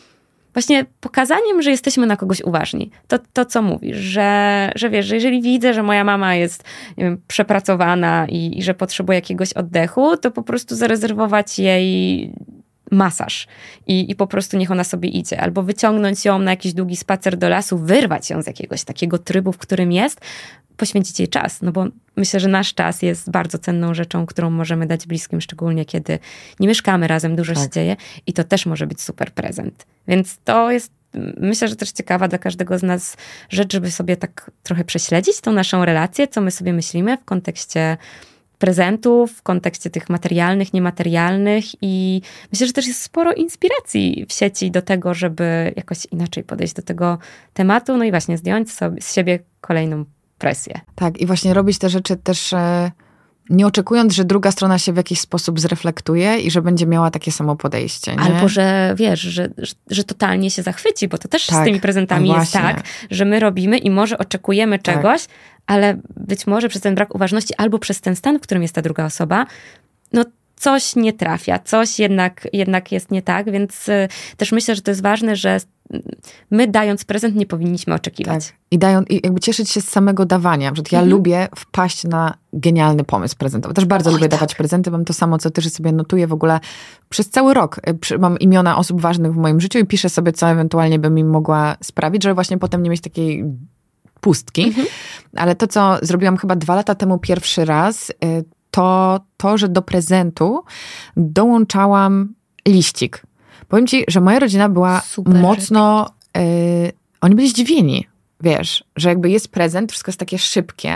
właśnie pokazaniem, że jesteśmy na kogoś uważni. To co mówisz, że wiesz, że jeżeli widzę, że moja mama jest, nie wiem, przepracowana i że potrzebuje jakiegoś oddechu, to po prostu zarezerwować jej masaż i po prostu niech ona sobie idzie. Albo wyciągnąć ją na jakiś długi spacer do lasu, wyrwać ją z jakiegoś takiego trybu, w którym jest, poświęcić jej czas. No bo myślę, że nasz czas jest bardzo cenną rzeczą, którą możemy dać bliskim, szczególnie kiedy nie mieszkamy razem, dużo się dzieje i to też może być super prezent. Więc to jest, myślę, że też ciekawa dla każdego z nas rzecz, żeby sobie tak trochę prześledzić tą naszą relację, co my sobie myślimy w kontekście prezentów, w kontekście tych materialnych, niematerialnych i myślę, że też jest sporo inspiracji w sieci do tego, żeby jakoś inaczej podejść do tego tematu, no i właśnie zdjąć sobie z siebie kolejną presję. Tak, i właśnie robić te rzeczy też nie oczekując, że druga strona się w jakiś sposób zreflektuje i że będzie miała takie samo podejście. Nie? Albo, że wiesz, że totalnie się zachwyci, bo to też z tymi prezentami jest tak, że my robimy i może oczekujemy czegoś, ale być może przez ten brak uważności albo przez ten stan, w którym jest ta druga osoba, no coś nie trafia, coś jednak jest nie tak, więc też myślę, że to jest ważne, że my dając prezent nie powinniśmy oczekiwać. Tak. I jakby cieszyć się z samego dawania. Że ja lubię wpaść na genialny pomysł prezentowy. Też bardzo lubię dawać prezenty. Mam to samo, co ty, że sobie notuję w ogóle przez cały rok. Mam imiona osób ważnych w moim życiu i piszę sobie, co ewentualnie bym im mogła sprawić, żeby właśnie potem nie mieć takiej pustki. Ale to, co zrobiłam chyba 2 lata temu pierwszy raz, to, że do prezentu dołączałam liścik. Powiem ci, że moja rodzina była mocno... oni byli zdziwieni, wiesz, że jakby jest prezent, wszystko jest takie szybkie.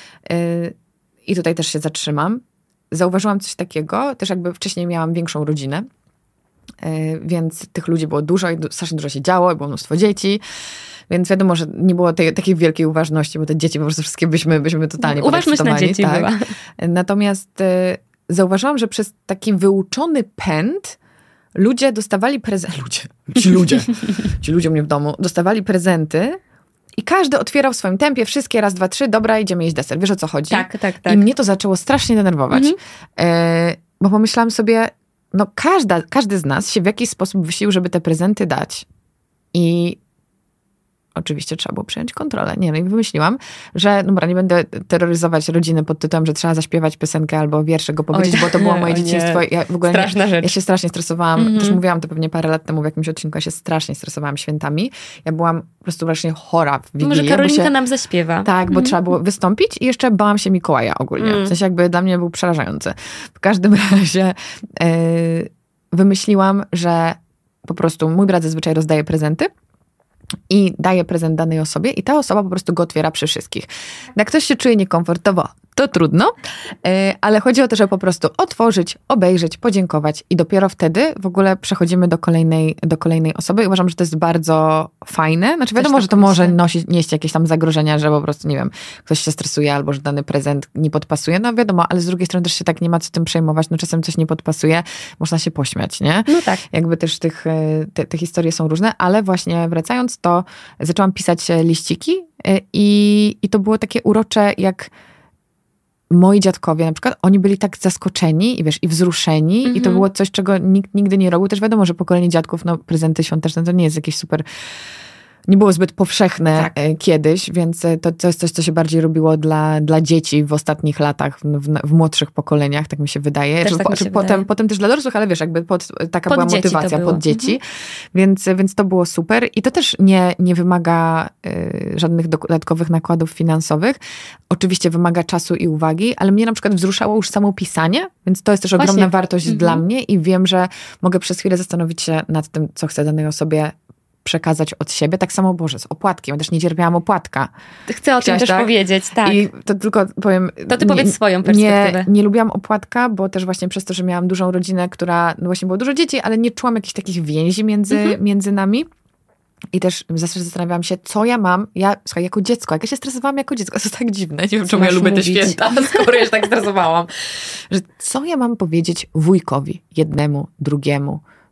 I tutaj też się zatrzymam. Zauważyłam coś takiego, też jakby wcześniej miałam większą rodzinę, więc tych ludzi było dużo i strasznie dużo się działo, i było mnóstwo dzieci. Więc wiadomo, że nie było takiej wielkiej uważności, bo te dzieci po prostu wszystkie byśmy totalnie uważność na dzieci była. Natomiast zauważyłam, że przez taki wyuczony pęd ludzie dostawali prezenty. Ci ludzie u mnie w domu dostawali prezenty i każdy otwierał w swoim tempie, wszystkie raz, 2, 3, dobra, idziemy jeść deser. Wiesz, o co chodzi? Tak. I mnie to zaczęło strasznie denerwować. Bo pomyślałam sobie, no każdy z nas się w jakiś sposób wysił, żeby te prezenty dać. I oczywiście trzeba było przejąć kontrolę. No i wymyśliłam, że dobra, nie będę terroryzować rodziny pod tytułem, że trzeba zaśpiewać piosenkę albo wiersze go powiedzieć, bo to było moje dzieciństwo. Ja w ogóle straszna rzecz. Ja się strasznie stresowałam. Też mówiłam to pewnie parę lat temu w jakimś odcinku. Ja się strasznie stresowałam świętami. Ja byłam po prostu właśnie chora w Wigilię. Może Karolinka nam zaśpiewa. Tak, bo trzeba było wystąpić i jeszcze bałam się Mikołaja ogólnie. W sensie jakby dla mnie był przerażający. W każdym razie wymyśliłam, że po prostu mój brat zazwyczaj rozdaje prezenty i daje prezent danej osobie i ta osoba po prostu go otwiera przy wszystkich. Jak ktoś się czuje niekomfortowo, to trudno, ale chodzi o to, żeby po prostu otworzyć, obejrzeć, podziękować i dopiero wtedy w ogóle przechodzimy do kolejnej osoby i uważam, że to jest bardzo fajne. Znaczy wiadomo, że to może nieść jakieś tam zagrożenia, że po prostu, nie wiem, ktoś się stresuje albo że dany prezent nie podpasuje, no wiadomo, ale z drugiej strony też się tak nie ma co tym przejmować, no czasem coś nie podpasuje, można się pośmiać, nie? No tak. Jakby też te historie są różne, ale właśnie wracając, to zaczęłam pisać liściki i to było takie urocze, jak moi dziadkowie na przykład, oni byli tak zaskoczeni i wiesz, i wzruszeni i to było coś, czego nikt nigdy nie robił. Też wiadomo, że pokolenie dziadków, no prezenty świąteczne to nie jest jakieś super, nie było zbyt powszechne kiedyś, więc to jest coś, co się bardziej robiło dla dzieci w ostatnich latach, w młodszych pokoleniach, tak mi się wydaje. Potem też dla dorosłych, ale wiesz, jakby taka była motywacja pod dzieci. Więc to było super. I to też nie wymaga żadnych dodatkowych nakładów finansowych. Oczywiście wymaga czasu i uwagi, ale mnie na przykład wzruszało już samo pisanie, więc to jest też ogromna wartość dla mnie i wiem, że mogę przez chwilę zastanowić się nad tym, co chcę danej osobie przekazać od siebie. Tak samo, Boże, z opłatkiem. Ja też nie cierpiałam opłatka. Chcę o tym też powiedzieć, tak. I to tylko powiem... To ty powiedz swoją perspektywę. Nie lubiłam opłatka, bo też właśnie przez to, że miałam dużą rodzinę, która, no właśnie było dużo dzieci, ale nie czułam jakichś takich więzi między nami. I też zawsze zastanawiałam się, co ja mam. Słuchaj, jako dziecko, jak ja się stresowałam jako dziecko, to jest tak dziwne. Nie wiem, czemu ja lubię te święta, skoro ja się tak stresowałam. Że co ja mam powiedzieć wujkowi, jednemu, drugiemu,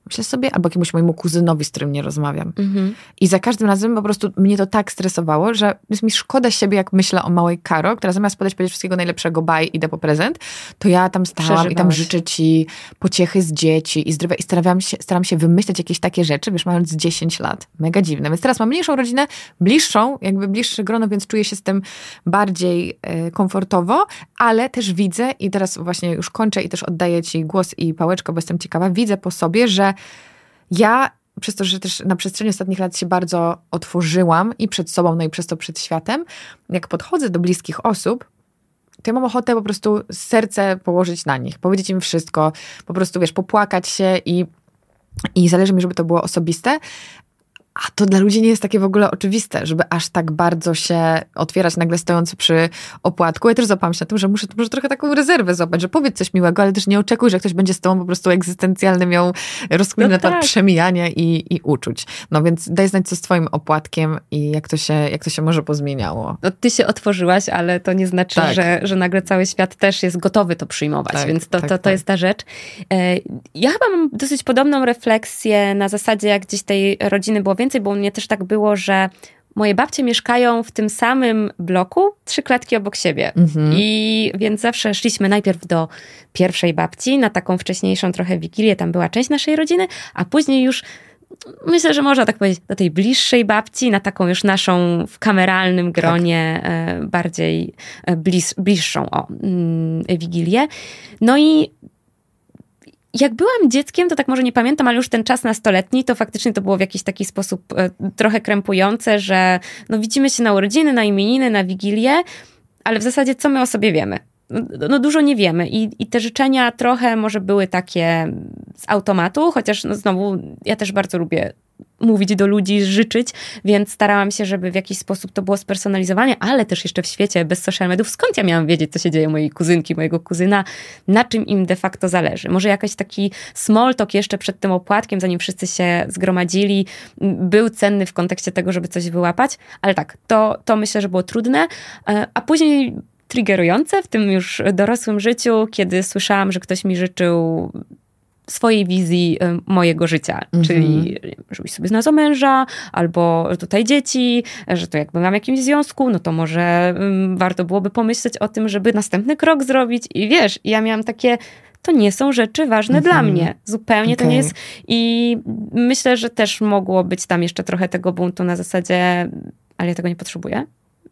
Myślę sobie, albo jakiemuś mojemu kuzynowi, z którym nie rozmawiam. I za każdym razem po prostu mnie to tak stresowało, że jest mi szkoda siebie, jak myślę o małej Karo, która zamiast podać powiedzieć wszystkiego najlepszego, bye, idę po prezent, to ja tam stałam i tam życzę ci pociechy z dzieci i zdrowia i staram się wymyślać jakieś takie rzeczy, wiesz, mając 10 lat. Mega dziwne. Więc teraz mam mniejszą rodzinę, bliższe grono, więc czuję się z tym bardziej komfortowo, ale też widzę i teraz właśnie już kończę i też oddaję ci głos i pałeczkę, bo jestem ciekawa, widzę po sobie, że ja przez to, że też na przestrzeni ostatnich lat się bardzo otworzyłam i przed sobą, no i przez to przed światem, jak podchodzę do bliskich osób, to ja mam ochotę po prostu serce położyć na nich, powiedzieć im wszystko, po prostu, wiesz, popłakać się i zależy mi, żeby to było osobiste. A to dla ludzi nie jest takie w ogóle oczywiste, żeby aż tak bardzo się otwierać nagle stojąc przy opłatku. Ja też złapałam się na tym, że muszę trochę taką rezerwę złapać, że powiedz coś miłego, ale też nie oczekuj, że ktoś będzie z tobą po prostu egzystencjalny miał rozkmin na temat przemijania i uczuć. No więc daj znać, co z twoim opłatkiem i jak to się może pozmieniało. No, ty się otworzyłaś, ale to nie znaczy, że nagle cały świat też jest gotowy to przyjmować, więc to jest ta rzecz. Ja chyba mam dosyć podobną refleksję na zasadzie, jak gdzieś tej rodziny było więcej, bo u mnie też tak było, że moje babcie mieszkają w tym samym bloku, 3 klatki obok siebie. I więc zawsze szliśmy najpierw do pierwszej babci, na taką wcześniejszą trochę wigilię, tam była część naszej rodziny, a później już myślę, że można tak powiedzieć, do tej bliższej babci, na taką już naszą w kameralnym gronie bardziej bliższą wigilię. No i jak byłam dzieckiem, to tak może nie pamiętam, ale już ten czas nastoletni, to faktycznie to było w jakiś taki sposób trochę krępujące, że no widzimy się na urodziny, na imieniny, na wigilię, ale w zasadzie co my o sobie wiemy? No dużo nie wiemy i te życzenia trochę może były takie z automatu, chociaż no znowu ja też bardzo lubię mówić do ludzi, życzyć, więc starałam się, żeby w jakiś sposób to było spersonalizowane, ale też jeszcze w świecie bez social mediów, skąd ja miałam wiedzieć, co się dzieje mojej kuzynki, mojego kuzyna, na czym im de facto zależy. Może jakiś taki small talk jeszcze przed tym opłatkiem, zanim wszyscy się zgromadzili, był cenny w kontekście tego, żeby coś wyłapać, ale tak, to myślę, że było trudne, a później triggerujące w tym już dorosłym życiu, kiedy słyszałam, że ktoś mi życzył swojej wizji mojego życia, czyli żebyś sobie znalazła męża, albo tutaj dzieci, że to jakby mam jakimś związku, no to może warto byłoby pomyśleć o tym, żeby następny krok zrobić i wiesz, ja miałam takie, to nie są rzeczy ważne dla mnie. Zupełnie to nie jest. I myślę, że też mogło być tam jeszcze trochę tego buntu na zasadzie, ale ja tego nie potrzebuję.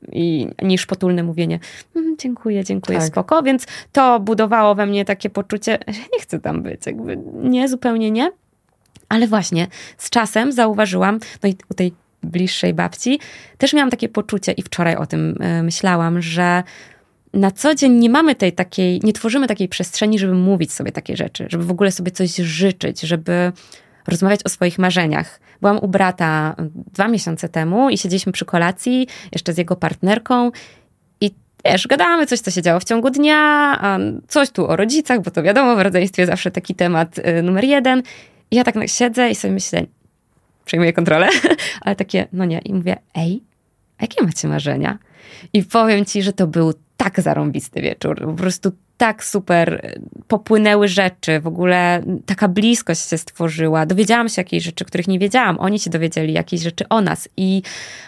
Niż potulne mówienie dziękuję, spoko. Więc to budowało we mnie takie poczucie, że nie chcę tam być. Jakby nie, zupełnie nie. Ale właśnie z czasem zauważyłam, no i u tej bliższej babci też miałam takie poczucie i wczoraj o tym myślałam, że na co dzień nie mamy nie tworzymy takiej przestrzeni, żeby mówić sobie takie rzeczy, żeby w ogóle sobie coś życzyć, żeby rozmawiać o swoich marzeniach. Byłam u brata 2 miesiące temu i siedzieliśmy przy kolacji jeszcze z jego partnerką i wiesz, gadamy coś, co się działo w ciągu dnia, coś tu o rodzicach, bo to wiadomo, w rodzeństwie zawsze taki temat numer 1. I ja tak siedzę i sobie myślę, przejmuję kontrolę, ale takie, no nie. I mówię, ej, a jakie macie marzenia? I powiem ci, że to był tak zarąbisty wieczór. Po prostu tak super popłynęły rzeczy. W ogóle taka bliskość się stworzyła. Dowiedziałam się jakichś rzeczy, których nie wiedziałam. Oni się dowiedzieli jakieś rzeczy o nas. I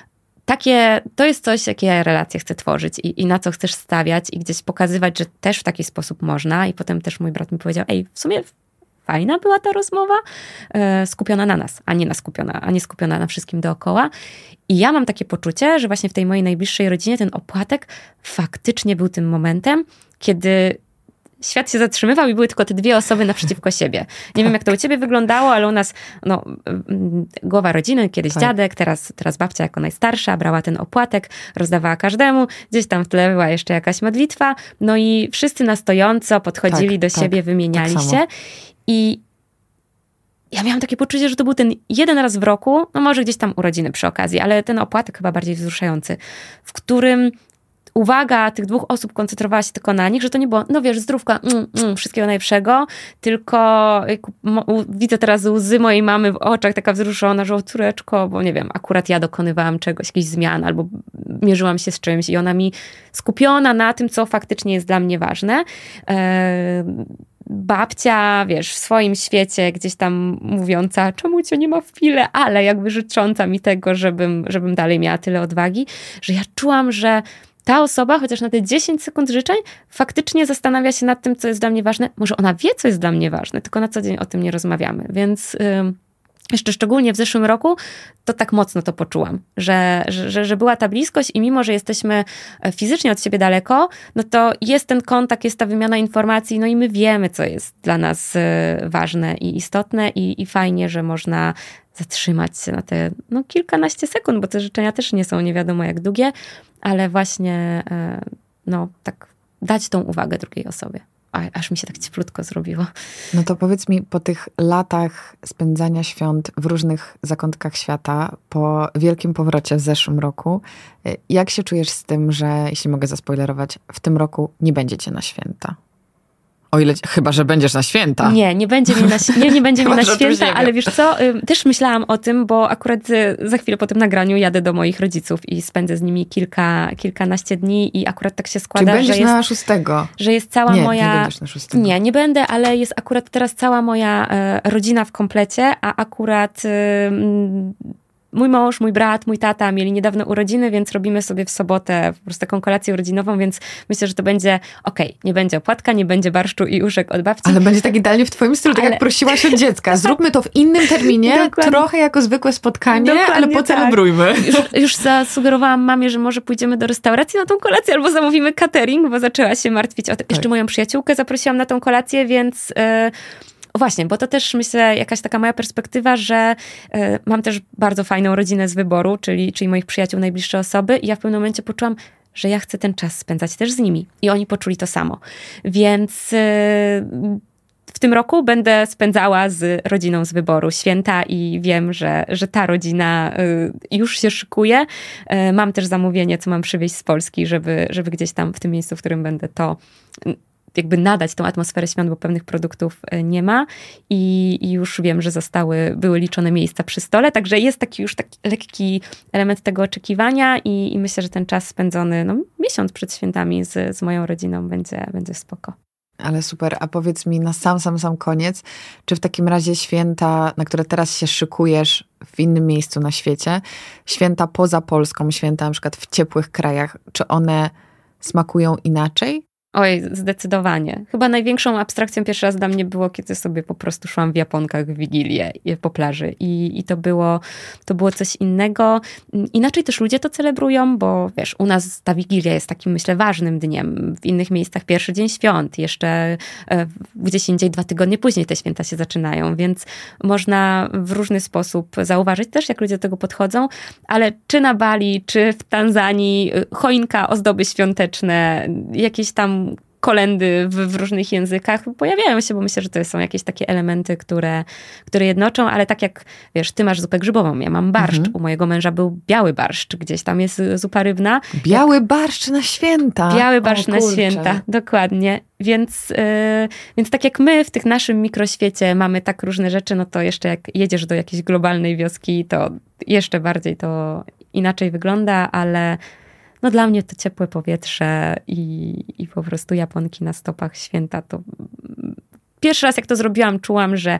to jest coś, jakie ja relacje chcę tworzyć i na co chcesz stawiać i gdzieś pokazywać, że też w taki sposób można. I potem też mój brat mi powiedział, ej, w sumie fajna była ta rozmowa, skupiona na nas, a nie skupiona na wszystkim dookoła. I ja mam takie poczucie, że właśnie w tej mojej najbliższej rodzinie ten opłatek faktycznie był tym momentem, kiedy świat się zatrzymywał i były tylko te 2 osoby naprzeciwko siebie. Nie wiem, jak to u ciebie wyglądało, ale u nas głowa rodziny, kiedyś dziadek, teraz babcia jako najstarsza, brała ten opłatek, rozdawała każdemu, gdzieś tam w tle była jeszcze jakaś modlitwa, no i wszyscy na stojąco podchodzili do siebie, wymieniali się. I ja miałam takie poczucie, że to był ten jeden raz w roku, no może gdzieś tam urodziny przy okazji, ale ten opłatek chyba bardziej wzruszający, w którym uwaga tych 2 osób koncentrowała się tylko na nich, że to nie było, no wiesz, zdrówka, wszystkiego najlepszego, tylko widzę teraz łzy mojej mamy w oczach, taka wzruszona, że o córeczko, bo nie wiem, akurat ja dokonywałam jakichś zmian, albo mierzyłam się z czymś i ona mi skupiona na tym, co faktycznie jest dla mnie ważne, babcia, wiesz, w swoim świecie gdzieś tam mówiąca, czemu cię nie ma w pile, ale jakby życząca mi tego, żebym dalej miała tyle odwagi, że ja czułam, że ta osoba, chociaż na te 10 sekund życzeń, faktycznie zastanawia się nad tym, co jest dla mnie ważne. Może ona wie, co jest dla mnie ważne, tylko na co dzień o tym nie rozmawiamy. Więc jeszcze szczególnie w zeszłym roku, to tak mocno to poczułam, że była ta bliskość i mimo, że jesteśmy fizycznie od siebie daleko, no to jest ten kontakt, jest ta wymiana informacji, no i my wiemy, co jest dla nas ważne i istotne i fajnie, że można zatrzymać się na te kilkanaście sekund, bo te życzenia też nie są nie wiadomo jak długie, ale właśnie tak dać tą uwagę drugiej osobie. Aż mi się tak cieplutko zrobiło. No to powiedz mi, po tych latach spędzania świąt w różnych zakątkach świata, po wielkim powrocie w zeszłym roku, jak się czujesz z tym, że, jeśli mogę zaspoilerować, w tym roku nie będziecie na święta? O ile, chyba że będziesz na święta. Nie będzie mnie nie będzie mnie na święta, ale wiesz co, też myślałam o tym, bo akurat za chwilę po tym nagraniu jadę do moich rodziców i spędzę z nimi kilkanaście dni i akurat tak się składa, że jest na 6. Że jest cała moja... Nie będziesz na 6. Nie będę, ale jest akurat teraz cała moja rodzina w komplecie, a akurat... Mój mąż, mój brat, mój tata mieli niedawno urodziny, więc robimy sobie w sobotę po prostu taką kolację urodzinową, więc myślę, że to będzie nie będzie opłatka, nie będzie barszczu i uszek od babci. Ale będzie tak idealnie w twoim stylu, tak jak prosiłaś od dziecka. Zróbmy to w innym terminie, trochę jako zwykłe spotkanie, ale pocelebrujmy. Tak. Już zasugerowałam mamie, że może pójdziemy do restauracji na tą kolację, albo zamówimy catering, bo zaczęła się martwić o to. Jeszcze moją przyjaciółkę zaprosiłam na tą kolację, więc... Właśnie, bo to też myślę jakaś taka moja perspektywa, że mam też bardzo fajną rodzinę z wyboru, czyli moich przyjaciół, najbliższe osoby i ja w pewnym momencie poczułam, że ja chcę ten czas spędzać też z nimi. I oni poczuli to samo. Więc w tym roku będę spędzała z rodziną z wyboru święta i wiem, że ta rodzina już się szykuje. Mam też zamówienie, co mam przywieźć z Polski, żeby gdzieś tam w tym miejscu, w którym będę to... jakby nadać tą atmosferę świąt, bo pewnych produktów nie ma i już wiem, że były liczone miejsca przy stole, także jest taki lekki element tego oczekiwania i myślę, że ten czas spędzony miesiąc przed świętami z moją rodziną będzie spoko. Ale super, a powiedz mi na sam koniec, czy w takim razie święta, na które teraz się szykujesz w innym miejscu na świecie, święta poza Polską, święta na przykład w ciepłych krajach, czy one smakują inaczej? Oj, zdecydowanie. Chyba największą abstrakcją pierwszy raz dla mnie było, kiedy sobie po prostu szłam w japonkach w Wigilię po plaży. I to było coś innego. Inaczej też ludzie to celebrują, bo wiesz, u nas ta Wigilia jest takim, myślę, ważnym dniem. W innych miejscach pierwszy dzień świąt. Jeszcze gdzieś indziej 2 tygodnie później te święta się zaczynają. Więc można w różny sposób zauważyć też, jak ludzie do tego podchodzą. Ale czy na Bali, czy w Tanzanii, choinka, ozdoby świąteczne, jakieś tam kolędy w różnych językach pojawiają się, bo myślę, że to są jakieś takie elementy, które jednoczą, ale tak jak, wiesz, ty masz zupę grzybową, ja mam barszcz, u mojego męża był biały barszcz, gdzieś tam jest zupa rybna. Biały barszcz na święta. Biały barszcz na święta, dokładnie. Więc tak jak my w tych naszym mikroświecie mamy tak różne rzeczy, no to jeszcze jak jedziesz do jakiejś globalnej wioski, to jeszcze bardziej to inaczej wygląda, ale no dla mnie to ciepłe powietrze i po prostu japonki na stopach święta to... Pierwszy raz jak to zrobiłam, czułam, że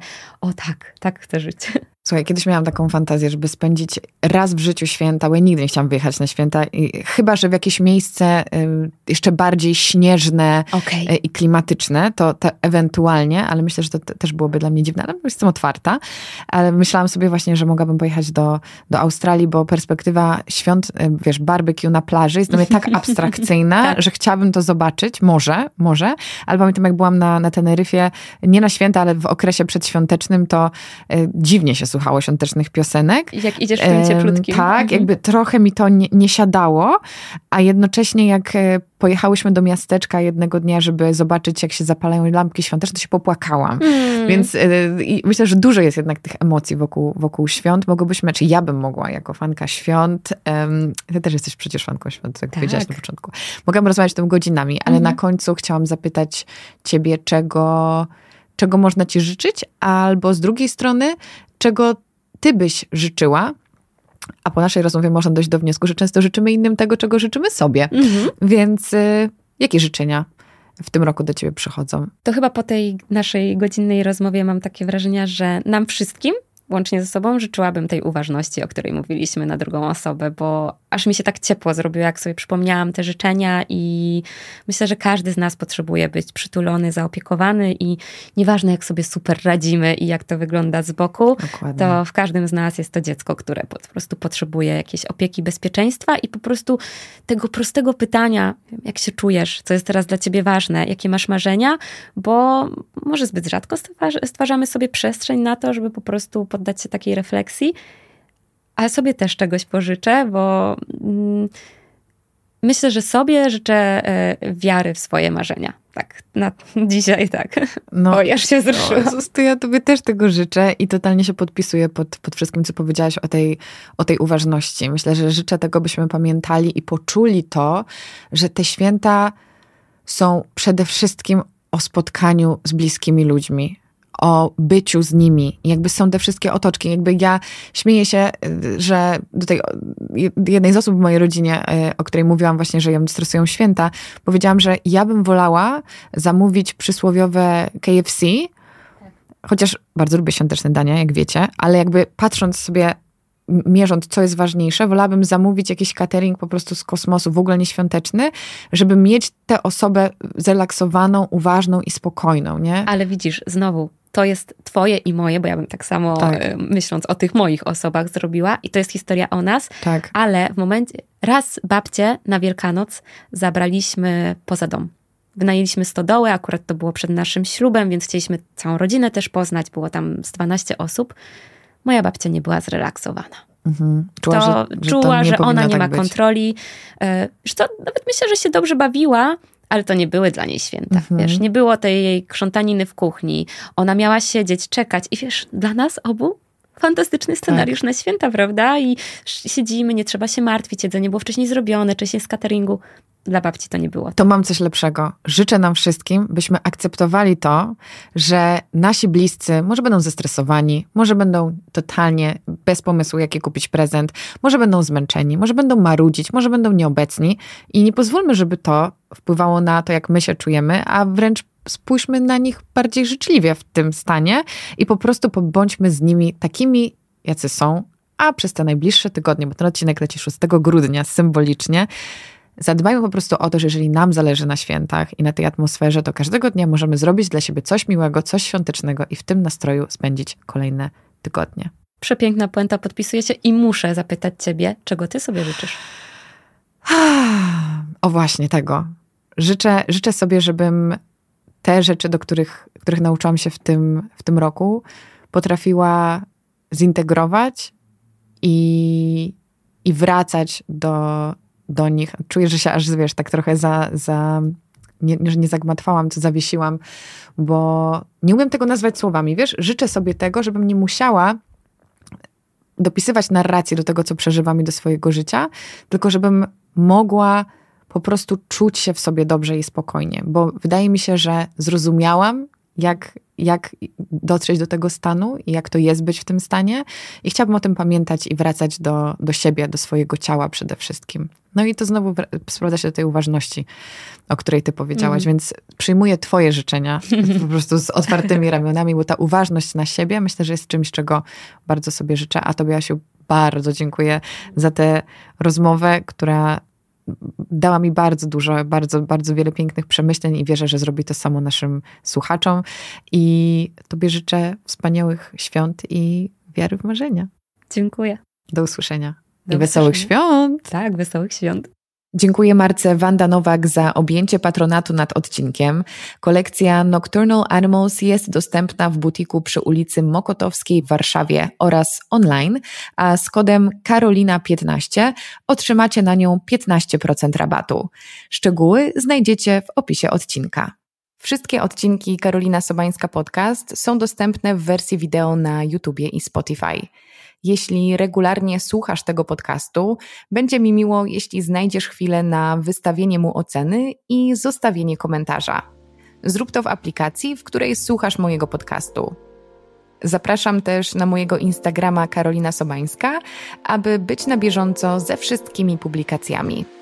tak chcę żyć. Słuchaj, kiedyś miałam taką fantazję, żeby spędzić raz w życiu święta, bo ja nigdy nie chciałam wyjechać na święta, chyba że w jakieś miejsce jeszcze bardziej śnieżne i klimatyczne, to ewentualnie, ale myślę, że to też byłoby dla mnie dziwne, ale jestem otwarta. Ale myślałam sobie właśnie, że mogłabym pojechać do Australii, bo perspektywa świąt, wiesz, barbecue na plaży jest dla mnie tak abstrakcyjna, że chciałabym to zobaczyć, może, ale pamiętam jak byłam na Teneryfie, nie na święta, ale w okresie przedświątecznym, to dziwnie się słuchało świątecznych piosenek. Jak idziesz w tym cieplutkim. Tak, jakby trochę mi to nie siadało, a jednocześnie jak pojechałyśmy do miasteczka jednego dnia, żeby zobaczyć, jak się zapalają lampki świąteczne, to się popłakałam. Więc myślę, że dużo jest jednak tych emocji wokół świąt. Mogłybyśmy, czy ja bym mogła jako fanka świąt, ty też jesteś przecież fanką świąt, jak powiedziałaś na początku. Mogłabym rozmawiać o tym godzinami, ale na końcu chciałam zapytać ciebie, czego można ci życzyć, albo z drugiej strony, czego ty byś życzyła, a po naszej rozmowie można dojść do wniosku, że często życzymy innym tego, czego życzymy sobie. Więc jakie życzenia w tym roku do ciebie przychodzą? To chyba po tej naszej godzinnej rozmowie mam takie wrażenie, że nam wszystkim, łącznie ze sobą, życzyłabym tej uważności, o której mówiliśmy, na drugą osobę, bo aż mi się tak ciepło zrobiło, jak sobie przypomniałam te życzenia i myślę, że każdy z nas potrzebuje być przytulony, zaopiekowany i nieważne, jak sobie super radzimy i jak to wygląda z boku, Dokładnie. To w każdym z nas jest to dziecko, które po prostu potrzebuje jakiejś opieki, bezpieczeństwa i po prostu tego prostego pytania, jak się czujesz, co jest teraz dla ciebie ważne, jakie masz marzenia, bo może zbyt rzadko stwarzamy sobie przestrzeń na to, żeby po prostu poddać się takiej refleksji, ale sobie też czegoś pożyczę, bo myślę, że sobie życzę wiary w swoje marzenia. Tak, na dzisiaj tak. No, Oj, aż się wzruszyłam. To ja tobie też tego życzę i totalnie się podpisuję pod wszystkim, co powiedziałaś o tej uważności. Myślę, że życzę tego, byśmy pamiętali i poczuli to, że te święta są przede wszystkim o spotkaniu z bliskimi ludźmi, o byciu z nimi. I jakby są te wszystkie otoczki. Jakby ja śmieję się, że do tej jednej z osób w mojej rodzinie, o której mówiłam właśnie, że ją stresują święta, powiedziałam, że ja bym wolała zamówić przysłowiowe KFC, chociaż bardzo lubię świąteczne dania, jak wiecie, ale jakby patrząc sobie, mierząc, co jest ważniejsze, wolałabym zamówić jakiś catering po prostu z kosmosu, w ogóle nieświąteczny, żeby mieć tę osobę zrelaksowaną, uważną i spokojną, nie? Ale widzisz, znowu, to jest twoje i moje, bo ja bym tak samo myśląc o tych moich osobach zrobiła i to jest historia o nas, ale w momencie, raz babcię na Wielkanoc zabraliśmy poza dom. Wynajęliśmy stodołę, akurat to było przed naszym ślubem, więc chcieliśmy całą rodzinę też poznać, było tam z 12 osób. Moja babcia nie była zrelaksowana. Czuła, że ona nie ma kontroli. Zresztą nawet myślę, że się dobrze bawiła, ale to nie były dla niej święta. Wiesz, nie było tej jej krzątaniny w kuchni. Ona miała siedzieć, czekać i wiesz, dla nas obu fantastyczny scenariusz na święta, prawda? I siedzimy, nie trzeba się martwić, jedzenie było wcześniej zrobione, wcześniej z cateringu. Dla babci to nie było. To mam coś lepszego. Życzę nam wszystkim, byśmy akceptowali to, że nasi bliscy może będą zestresowani, może będą totalnie bez pomysłu, jaki kupić prezent, może będą zmęczeni, może będą marudzić, może będą nieobecni i nie pozwólmy, żeby to wpływało na to, jak my się czujemy, a wręcz spójrzmy na nich bardziej życzliwie w tym stanie i po prostu pobądźmy z nimi takimi, jacy są, a przez te najbliższe tygodnie, bo ten odcinek leci 6 grudnia symbolicznie, zadbajmy po prostu o to, że jeżeli nam zależy na świętach i na tej atmosferze, to każdego dnia możemy zrobić dla siebie coś miłego, coś świątecznego i w tym nastroju spędzić kolejne tygodnie. Przepiękna puenta, podpisuję się i muszę zapytać ciebie, czego ty sobie życzysz? O właśnie tego. Życzę sobie, żebym te rzeczy, których nauczyłam się w tym roku, potrafiła zintegrować i wracać do nich. Czuję, że się aż, wiesz, tak trochę nie zagmatwałam, co zawiesiłam, bo nie umiem tego nazwać słowami, wiesz? Życzę sobie tego, żebym nie musiała dopisywać narracji do tego, co przeżywam i do swojego życia, tylko żebym mogła po prostu czuć się w sobie dobrze i spokojnie, bo wydaje mi się, że zrozumiałam, jak dotrzeć do tego stanu i jak to jest być w tym stanie i chciałabym o tym pamiętać i wracać do siebie, do swojego ciała przede wszystkim. No i to znowu sprowadza się do tej uważności, o której ty powiedziałaś, więc przyjmuję twoje życzenia po prostu z otwartymi ramionami, bo ta uważność na siebie myślę, że jest czymś, czego bardzo sobie życzę, a tobie, Asiu, bardzo dziękuję za tę rozmowę, która dała mi bardzo dużo, bardzo, bardzo wiele pięknych przemyśleń i wierzę, że zrobi to samo naszym słuchaczom. I tobie życzę wspaniałych świąt i wiary w marzenia. Dziękuję. Do usłyszenia. I wesołych świąt. Tak, wesołych świąt. Dziękuję Marce Wanda Nowak za objęcie patronatu nad odcinkiem. Kolekcja Nocturnal Animals jest dostępna w butiku przy ulicy Mokotowskiej w Warszawie oraz online, a z kodem Karolina15 otrzymacie na nią 15% rabatu. Szczegóły znajdziecie w opisie odcinka. Wszystkie odcinki Karolina Sobańska Podcast są dostępne w wersji wideo na YouTubie i Spotify. Jeśli regularnie słuchasz tego podcastu, będzie mi miło, jeśli znajdziesz chwilę na wystawienie mu oceny i zostawienie komentarza. Zrób to w aplikacji, w której słuchasz mojego podcastu. Zapraszam też na mojego Instagrama Karolina Sobańska, aby być na bieżąco ze wszystkimi publikacjami.